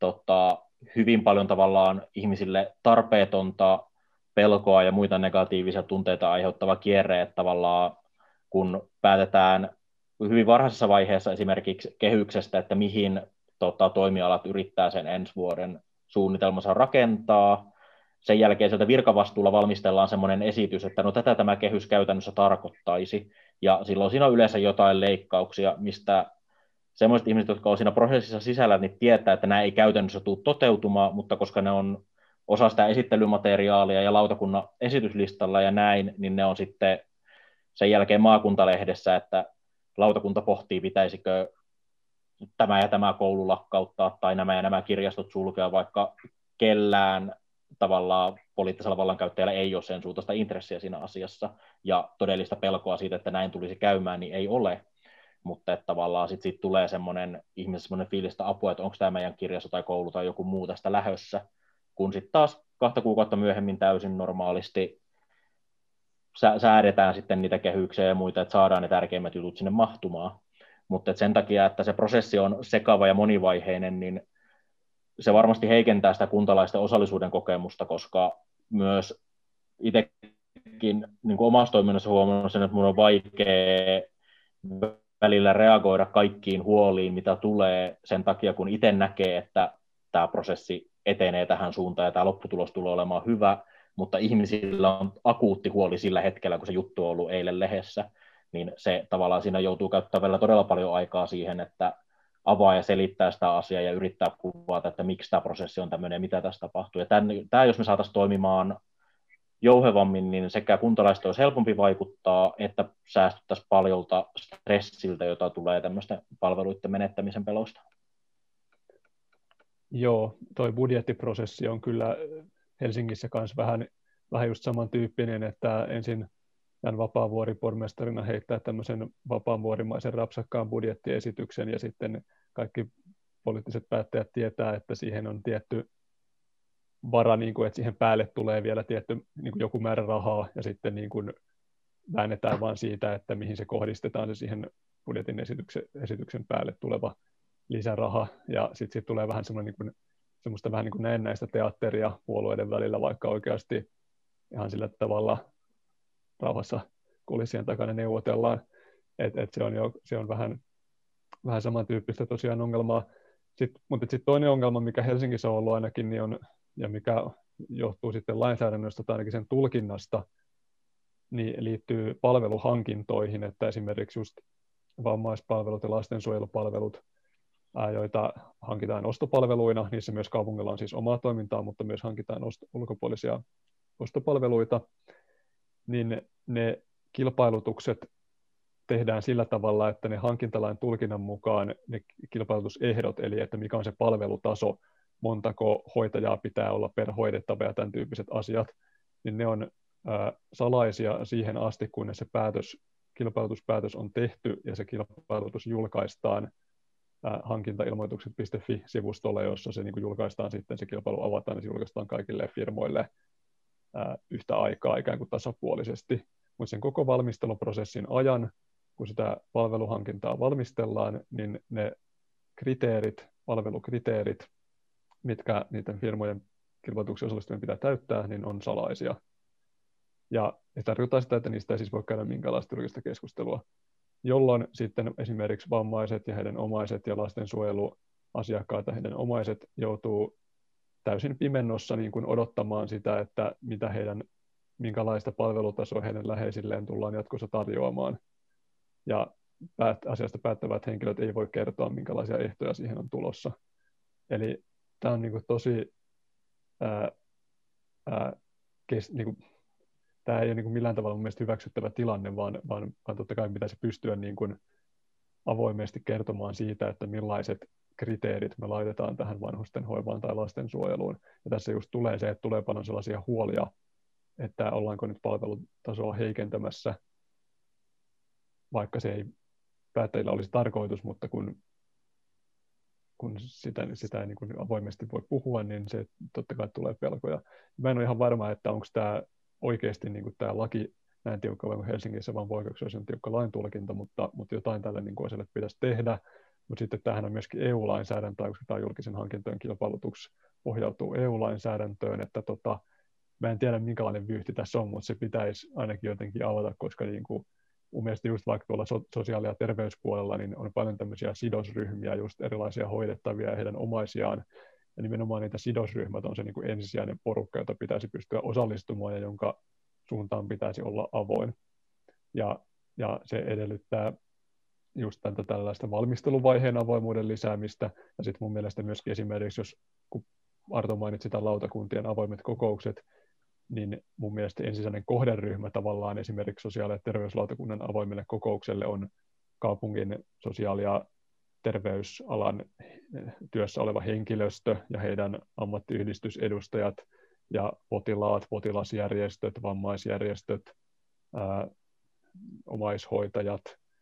hyvin paljon tavallaan ihmisille tarpeetonta pelkoa ja muita negatiivisia tunteita aiheuttava kierre, että tavallaan kun päätetään hyvin varhaisessa vaiheessa esimerkiksi kehyksestä, että mihin toimialat yrittää sen ensi vuoden suunnitelmansa rakentaa, sen jälkeen sieltä virkavastuulla valmistellaan semmoinen esitys, että no tätä tämä kehys käytännössä tarkoittaisi, ja silloin siinä on yleensä jotain leikkauksia, mistä semmoiset ihmiset, jotka on siinä prosessissa sisällä, niin tietää, että nämä ei käytännössä tule toteutumaan, mutta koska ne on osa sitä esittelymateriaalia ja lautakunnan esityslistalla ja näin, niin ne on sitten sen jälkeen maakuntalehdessä, että lautakunta pohtii, pitäisikö tämä ja tämä koulu lakkauttaa tai nämä ja nämä kirjastot sulkea, vaikka kellään tavallaan poliittisella vallankäyttäjällä ei ole sen suuntaista intressiä siinä asiassa, ja todellista pelkoa siitä, että näin tulisi käymään, niin ei ole, mutta että tavallaan sitten tulee ihmisessä semmoinen fiilistä apua, että onko tämä meidän kirjasto tai koulu tai joku muu tästä lähössä, kun sitten taas 2 kuukautta myöhemmin täysin normaalisti säädetään sitten niitä kehyksiä ja muita, että saadaan ne tärkeimmät jutut sinne mahtumaan. mutta sen takia, että se prosessi on sekava ja monivaiheinen, niin se varmasti heikentää sitä kuntalaisten osallisuuden kokemusta, koska myös itsekin niin kuin omassa toiminnassa huomannut sen, että minun on vaikea välillä reagoida kaikkiin huoliin, mitä tulee sen takia, kun itse näkee, että tämä prosessi etenee tähän suuntaan ja tämä lopputulos tulee olemaan hyvä, mutta ihmisillä on akuutti huoli sillä hetkellä, kun se juttu on ollut eilen lehdessä, niin se tavallaan siinä joutuu käyttämään vielä todella paljon aikaa siihen, että avaa ja selittää sitä asiaa ja yrittää kuvata, että miksi tämä prosessi on tämmöinen ja mitä tässä tapahtuu. Ja tämä jos me saataisiin toimimaan jouhevammin, niin sekä kuntalaisten olisi helpompi vaikuttaa, että säästyttäisiin paljolta stressiltä, jota tulee tämmöistä palveluiden menettämisen pelosta. Joo, toi budjettiprosessi on kyllä Helsingissä kanssa vähän just samantyyppinen, että ensin tämän Vapaavuori-pormestarina heittää tämmöisen vapaavuorimaisen rapsakkaan budjettiesityksen, ja sitten kaikki poliittiset päättäjät tietää, että siihen on tietty vara, niin kuin, että siihen päälle tulee vielä tietty niin kuin joku määrä rahaa, ja sitten niin kuin väännetään vaan siitä, että mihin se kohdistetaan se siihen budjetin esityksen päälle tuleva lisäraha, ja sitten tulee vähän semmoista vähän niin kuin näennäistä teatteria puolueiden välillä, vaikka oikeasti ihan sillä tavalla rauhassa kulissien takana neuvotellaan, että se on vähän samantyyppistä tosiaan ongelmaa. Mutta sitten toinen ongelma, mikä Helsingissä on ollut ainakin, niin on, ja mikä johtuu sitten lainsäädännöstä tai ainakin sen tulkinnasta, niin liittyy palveluhankintoihin, että esimerkiksi just vammaispalvelut ja lastensuojelupalvelut, joita hankitaan ostopalveluina, niissä myös kaupungilla on siis omaa toimintaa, mutta myös hankitaan ulkopuolisia ostopalveluita, niin ne kilpailutukset tehdään sillä tavalla, että ne hankintalain tulkinnan mukaan ne kilpailutusehdot, eli että mikä on se palvelutaso, montako hoitajaa pitää olla per hoidettava ja tämän tyyppiset asiat, niin ne on salaisia siihen asti, kunnes se kilpailutuspäätös on tehty ja se kilpailutus julkaistaan hankintailmoitukset.fi-sivustolle, jossa se niin kuin julkaistaan sitten, se kilpailu avataan ja se julkaistaan kaikille firmoille yhtä aikaa ikään kuin tasapuolisesti. Mutta sen koko valmisteluprosessin ajan, kun sitä palveluhankintaa valmistellaan, niin ne palvelukriteerit, mitkä niiden firmojen kilpailutuksen osallistujien pitää täyttää, niin on salaisia. Ja se tarkoittaa sitä, että niistä ei siis voi käydä minkäänlaista julkista keskustelua, jolloin sitten esimerkiksi vammaiset ja heidän omaiset ja lastensuojeluasiakkaat ja heidän omaiset joutuu täysin pimennossa niin kuin odottamaan sitä, että minkälaista palvelutasoa heidän läheisilleen tullaan jatkossa tarjoamaan. Ja asiasta päättävät henkilöt ei voi kertoa, minkälaisia ehtoja siihen on tulossa. Eli tämä on niin kuin tosi niin kuin, tämä ei ole niin kuin millään tavalla mun mielestä hyväksyttävä tilanne, vaan totta kai pitäisi pystyä niin kuin avoimesti kertomaan siitä, että millaiset kriteerit me laitetaan tähän vanhusten hoivaan tai lastensuojeluun. Ja tässä just tulee se, että tulee paljon sellaisia huolia, että ollaanko nyt palvelutasoa heikentämässä, vaikka se ei päättäjillä olisi tarkoitus, mutta kun sitä ei niin kuin avoimesti voi puhua, niin se totta kai tulee pelkoja. Mä en ole ihan varma, että onko tämä oikeasti niin kuin tämä laki näin tiukka kuin Helsingissä, vaan poikkeuksellisen tiukka laintulkinta, mutta jotain tälle niin kuin asialle pitäisi tehdä. Mutta sitten tämähän on myöskin EU-lainsäädäntöä, koska tämä julkisen hankintojen kilpailutus pohjautuu EU-lainsäädäntöön, että mä en tiedä minkälainen vyyhti tässä on, mutta se pitäisi ainakin jotenkin avata, koska niin kuin mun mielestä just vaikka tuolla sosiaali- ja terveyspuolella niin on paljon tämmöisiä sidosryhmiä, just erilaisia hoidettavia ja heidän omaisiaan, ja nimenomaan niitä sidosryhmät on se niin kuin ensisijainen porukka, jota pitäisi pystyä osallistumaan ja jonka suuntaan pitäisi olla avoin. Ja se edellyttää just tällaista valmisteluvaiheen avoimuuden lisäämistä, ja sitten mun mielestä myöskin esimerkiksi, kun Arto mainitsi tämän lautakuntien avoimet kokoukset, niin mun mielestä ensisijainen kohderyhmä tavallaan esimerkiksi sosiaali- ja terveyslautakunnan avoimelle kokoukselle on kaupungin sosiaali- ja terveysalan työssä oleva henkilöstö ja heidän ammattiyhdistysedustajat ja potilaat, potilasjärjestöt, vammaisjärjestöt, omaishoitajat,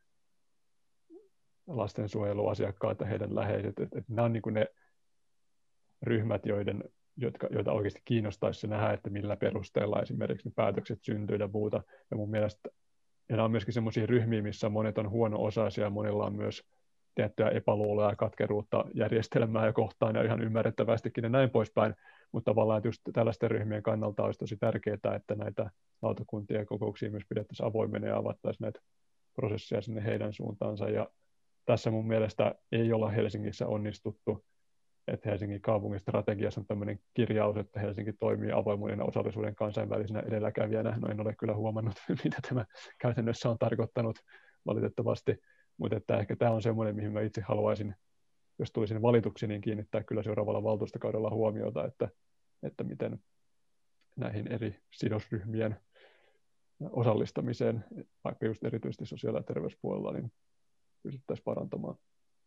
lastensuojeluasiakkaat ja heidän läheiset. Nämä on niin kuin ne ryhmät, joita oikeasti kiinnostaisi nähdä, että millä perusteella esimerkiksi ne päätökset syntyy ja muuta. Ja mun mielestä Ja nämä on myöskin sellaisia ryhmiä, missä monet on huono-osaisia ja monilla on myös tiettyä epäluuloa ja katkeruutta järjestelmää ja kohtaan ja ihan ymmärrettävästikin ja näin poispäin. Mutta tavallaan että just tällaisten ryhmien kannalta olisi tosi tärkeää, että näitä lautakuntien kokouksia myös pidettäisiin avoimena ja avattaisiin näitä prosesseja sinne heidän suuntaansa. Ja tässä mun mielestä ei olla Helsingissä onnistuttu, että Helsingin kaupungin strategiassa on tämmöinen kirjaus, että Helsinki toimii avoimuuden ja osallisuuden kansainvälisenä edelläkävijänä. No en ole kyllä huomannut, mitä tämä käytännössä on tarkoittanut valitettavasti, mutta että ehkä tämä on semmoinen, mihin mä itse haluaisin, jos tulisin valituksi, niin kiinnittää kyllä seuraavalla valtuustokaudella huomiota, että miten näihin eri sidosryhmien osallistamiseen, vaikka just erityisesti sosiaali- ja terveyspuolella, niin pystyttäisiin parantamaan.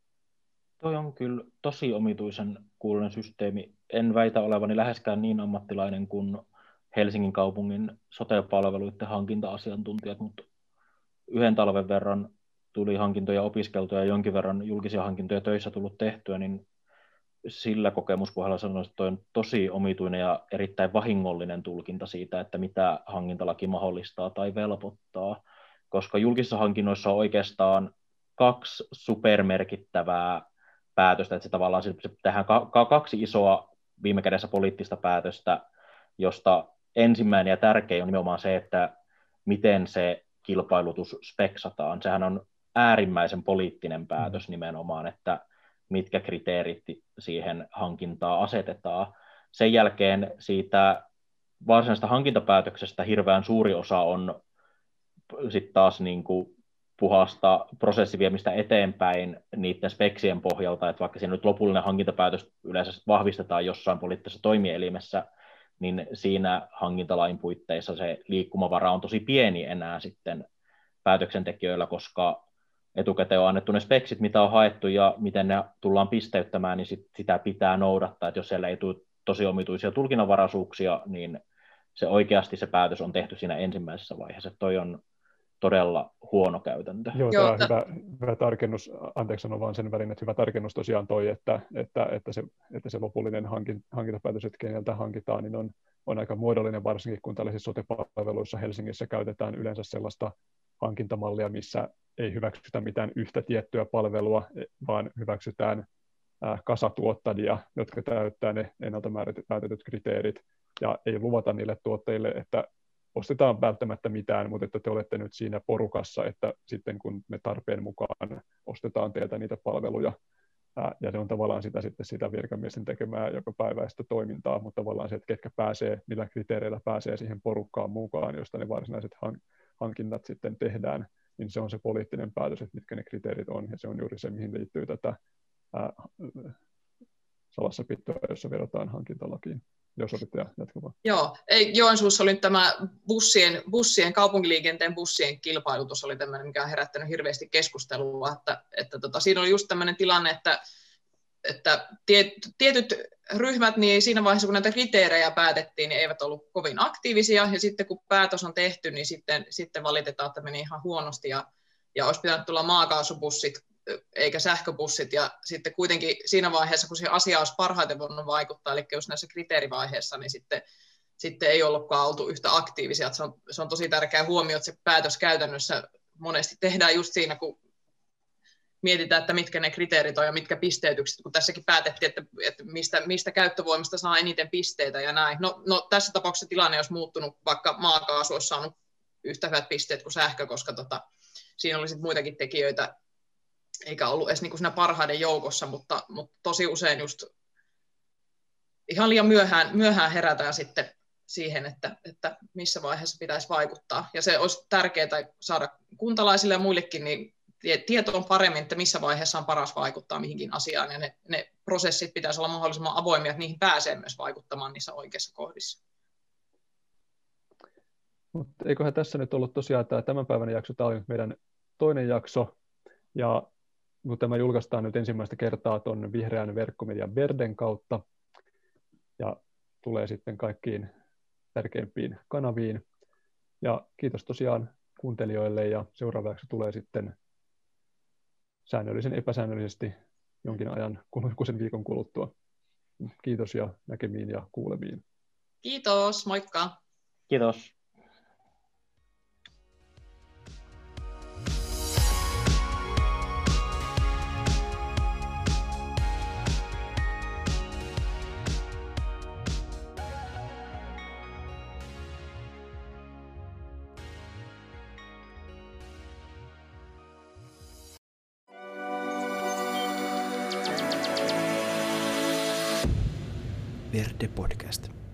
Toi on kyllä tosi omituisen kuuluinen systeemi. En väitä olevani läheskään niin ammattilainen kuin Helsingin kaupungin sote-palveluiden hankinta-asiantuntijat, mutta yhden talven verran tuli hankintoja opiskeltua ja jonkin verran julkisia hankintoja töissä tullut tehtyä, niin sillä kokemuspohjalla sanoisin, että toi on tosi omituinen ja erittäin vahingollinen tulkinta siitä, että mitä hankintalaki mahdollistaa tai velvoittaa, koska julkisissa hankinnoissa on oikeastaan 2 supermerkittävää päätöstä, että se tavallaan se tehdään 2 isoa viime kädessä poliittista päätöstä, josta ensimmäinen ja tärkein on nimenomaan se, että miten se kilpailutus speksataan. Sehän on äärimmäisen poliittinen päätös nimenomaan, että mitkä kriteerit siihen hankintaan asetetaan. Sen jälkeen siitä varsinaisesta hankintapäätöksestä hirveän suuri osa on sitten taas niin kuin puhasta prosessiviemistä eteenpäin niiden speksien pohjalta, että vaikka siinä nyt lopullinen hankintapäätös yleensä vahvistetaan jossain poliittisessa toimielimessä, niin siinä hankintalain puitteissa se liikkumavara on tosi pieni enää sitten päätöksentekijöillä, koska etukäteen on annettu ne speksit, mitä on haettu ja miten ne tullaan pisteyttämään, niin sitä pitää noudattaa, että jos siellä ei tule tosi omituisia tulkinnanvaraisuuksia, niin se oikeasti se päätös on tehty siinä ensimmäisessä vaiheessa. Toi on todella huono käytäntö. Joo, tämä on hyvä tarkennus. Anteeksi, sanon vaan sen väliin, että hyvä tarkennus tosiaan toi, että se lopullinen hankintapäätös, että keneltä hankitaan, niin on aika muodollinen, varsinkin kun tällaisissa sote-palveluissa Helsingissä käytetään yleensä sellaista hankintamallia, missä ei hyväksytä mitään yhtä tiettyä palvelua, vaan hyväksytään kasatuottajia, jotka täyttää ne ennalta määrätyt kriteerit, ja ei luvata niille tuottajille, että ostetaan välttämättä mitään, mutta että te olette nyt siinä porukassa, että sitten kun me tarpeen mukaan ostetaan teiltä niitä palveluja, ja se on tavallaan sitä virkamiesten tekemää joka päiväistä toimintaa, mutta tavallaan se, että ketkä pääsee, millä kriteereillä pääsee siihen porukkaan mukaan, josta ne varsinaiset hankinnat sitten tehdään, niin se on se poliittinen päätös, että mitkä ne kriteerit on, ja se on juuri se, mihin liittyy tätä salassapitoa, jossa vedotaan hankintalakiin. Jos olitte jatkumaan. Joo, Joensuussa oli tämä kaupunkiliikenteen bussien kilpailutus oli tämmöinen, mikä on herättänyt hirveästi keskustelua, että siinä oli just tämmöinen tilanne, että tietyt ryhmät, niin siinä vaiheessa, kun näitä kriteerejä päätettiin, niin eivät ollut kovin aktiivisia, ja sitten kun päätös on tehty, niin sitten valitetaan, että meni ihan huonosti, ja olisi pitänyt tulla maakaasubussit, eikä sähköbussit, ja sitten kuitenkin siinä vaiheessa, kun se asia olisi parhaiten voinut vaikuttaa, eli jos näissä kriteerivaiheessa, niin sitten ei ollutkaan oltu yhtä aktiivisia. Se on tosi tärkeä huomio, että se päätös käytännössä monesti tehdään just siinä, kun mietitään, että mitkä ne kriteerit on ja mitkä pisteytykset, kun tässäkin päätettiin, että mistä käyttövoimasta saa eniten pisteitä ja näin. No tässä tapauksessa tilanne olisi muuttunut, vaikka maakaasu olisi saanut yhtä hyvät pisteet kuin sähkö, koska siinä oli sitten muitakin tekijöitä, eikä ollut edes niin siinä parhaiden joukossa, mutta tosi usein just ihan liian myöhään herätään sitten siihen, että missä vaiheessa pitäisi vaikuttaa. Ja se olisi tärkeää saada kuntalaisille ja muillekin niin tietoon paremmin, että missä vaiheessa on paras vaikuttaa mihinkin asiaan. Ja ne prosessit pitäisi olla mahdollisimman avoimia, että niihin pääsee myös vaikuttamaan niissä oikeissa kohdissa. Mutta eiköhän tässä nyt ollut tosiaan tämä tämänpäiväinen jakso. Tämä oli nyt meidän toinen jakso. Ja kun tämä julkaistaan nyt ensimmäistä kertaa tuon vihreän verkkomedian Verden kautta ja tulee sitten kaikkiin tärkeimpiin kanaviin. Ja kiitos tosiaan kuuntelijoille ja seuraavaksi tulee sitten säännöllisen epäsäännöllisesti jonkin ajan sen viikon kuluttua. Kiitos ja näkemiin ja kuulemiin. Kiitos, moikka. Kiitos. Verde Podcast.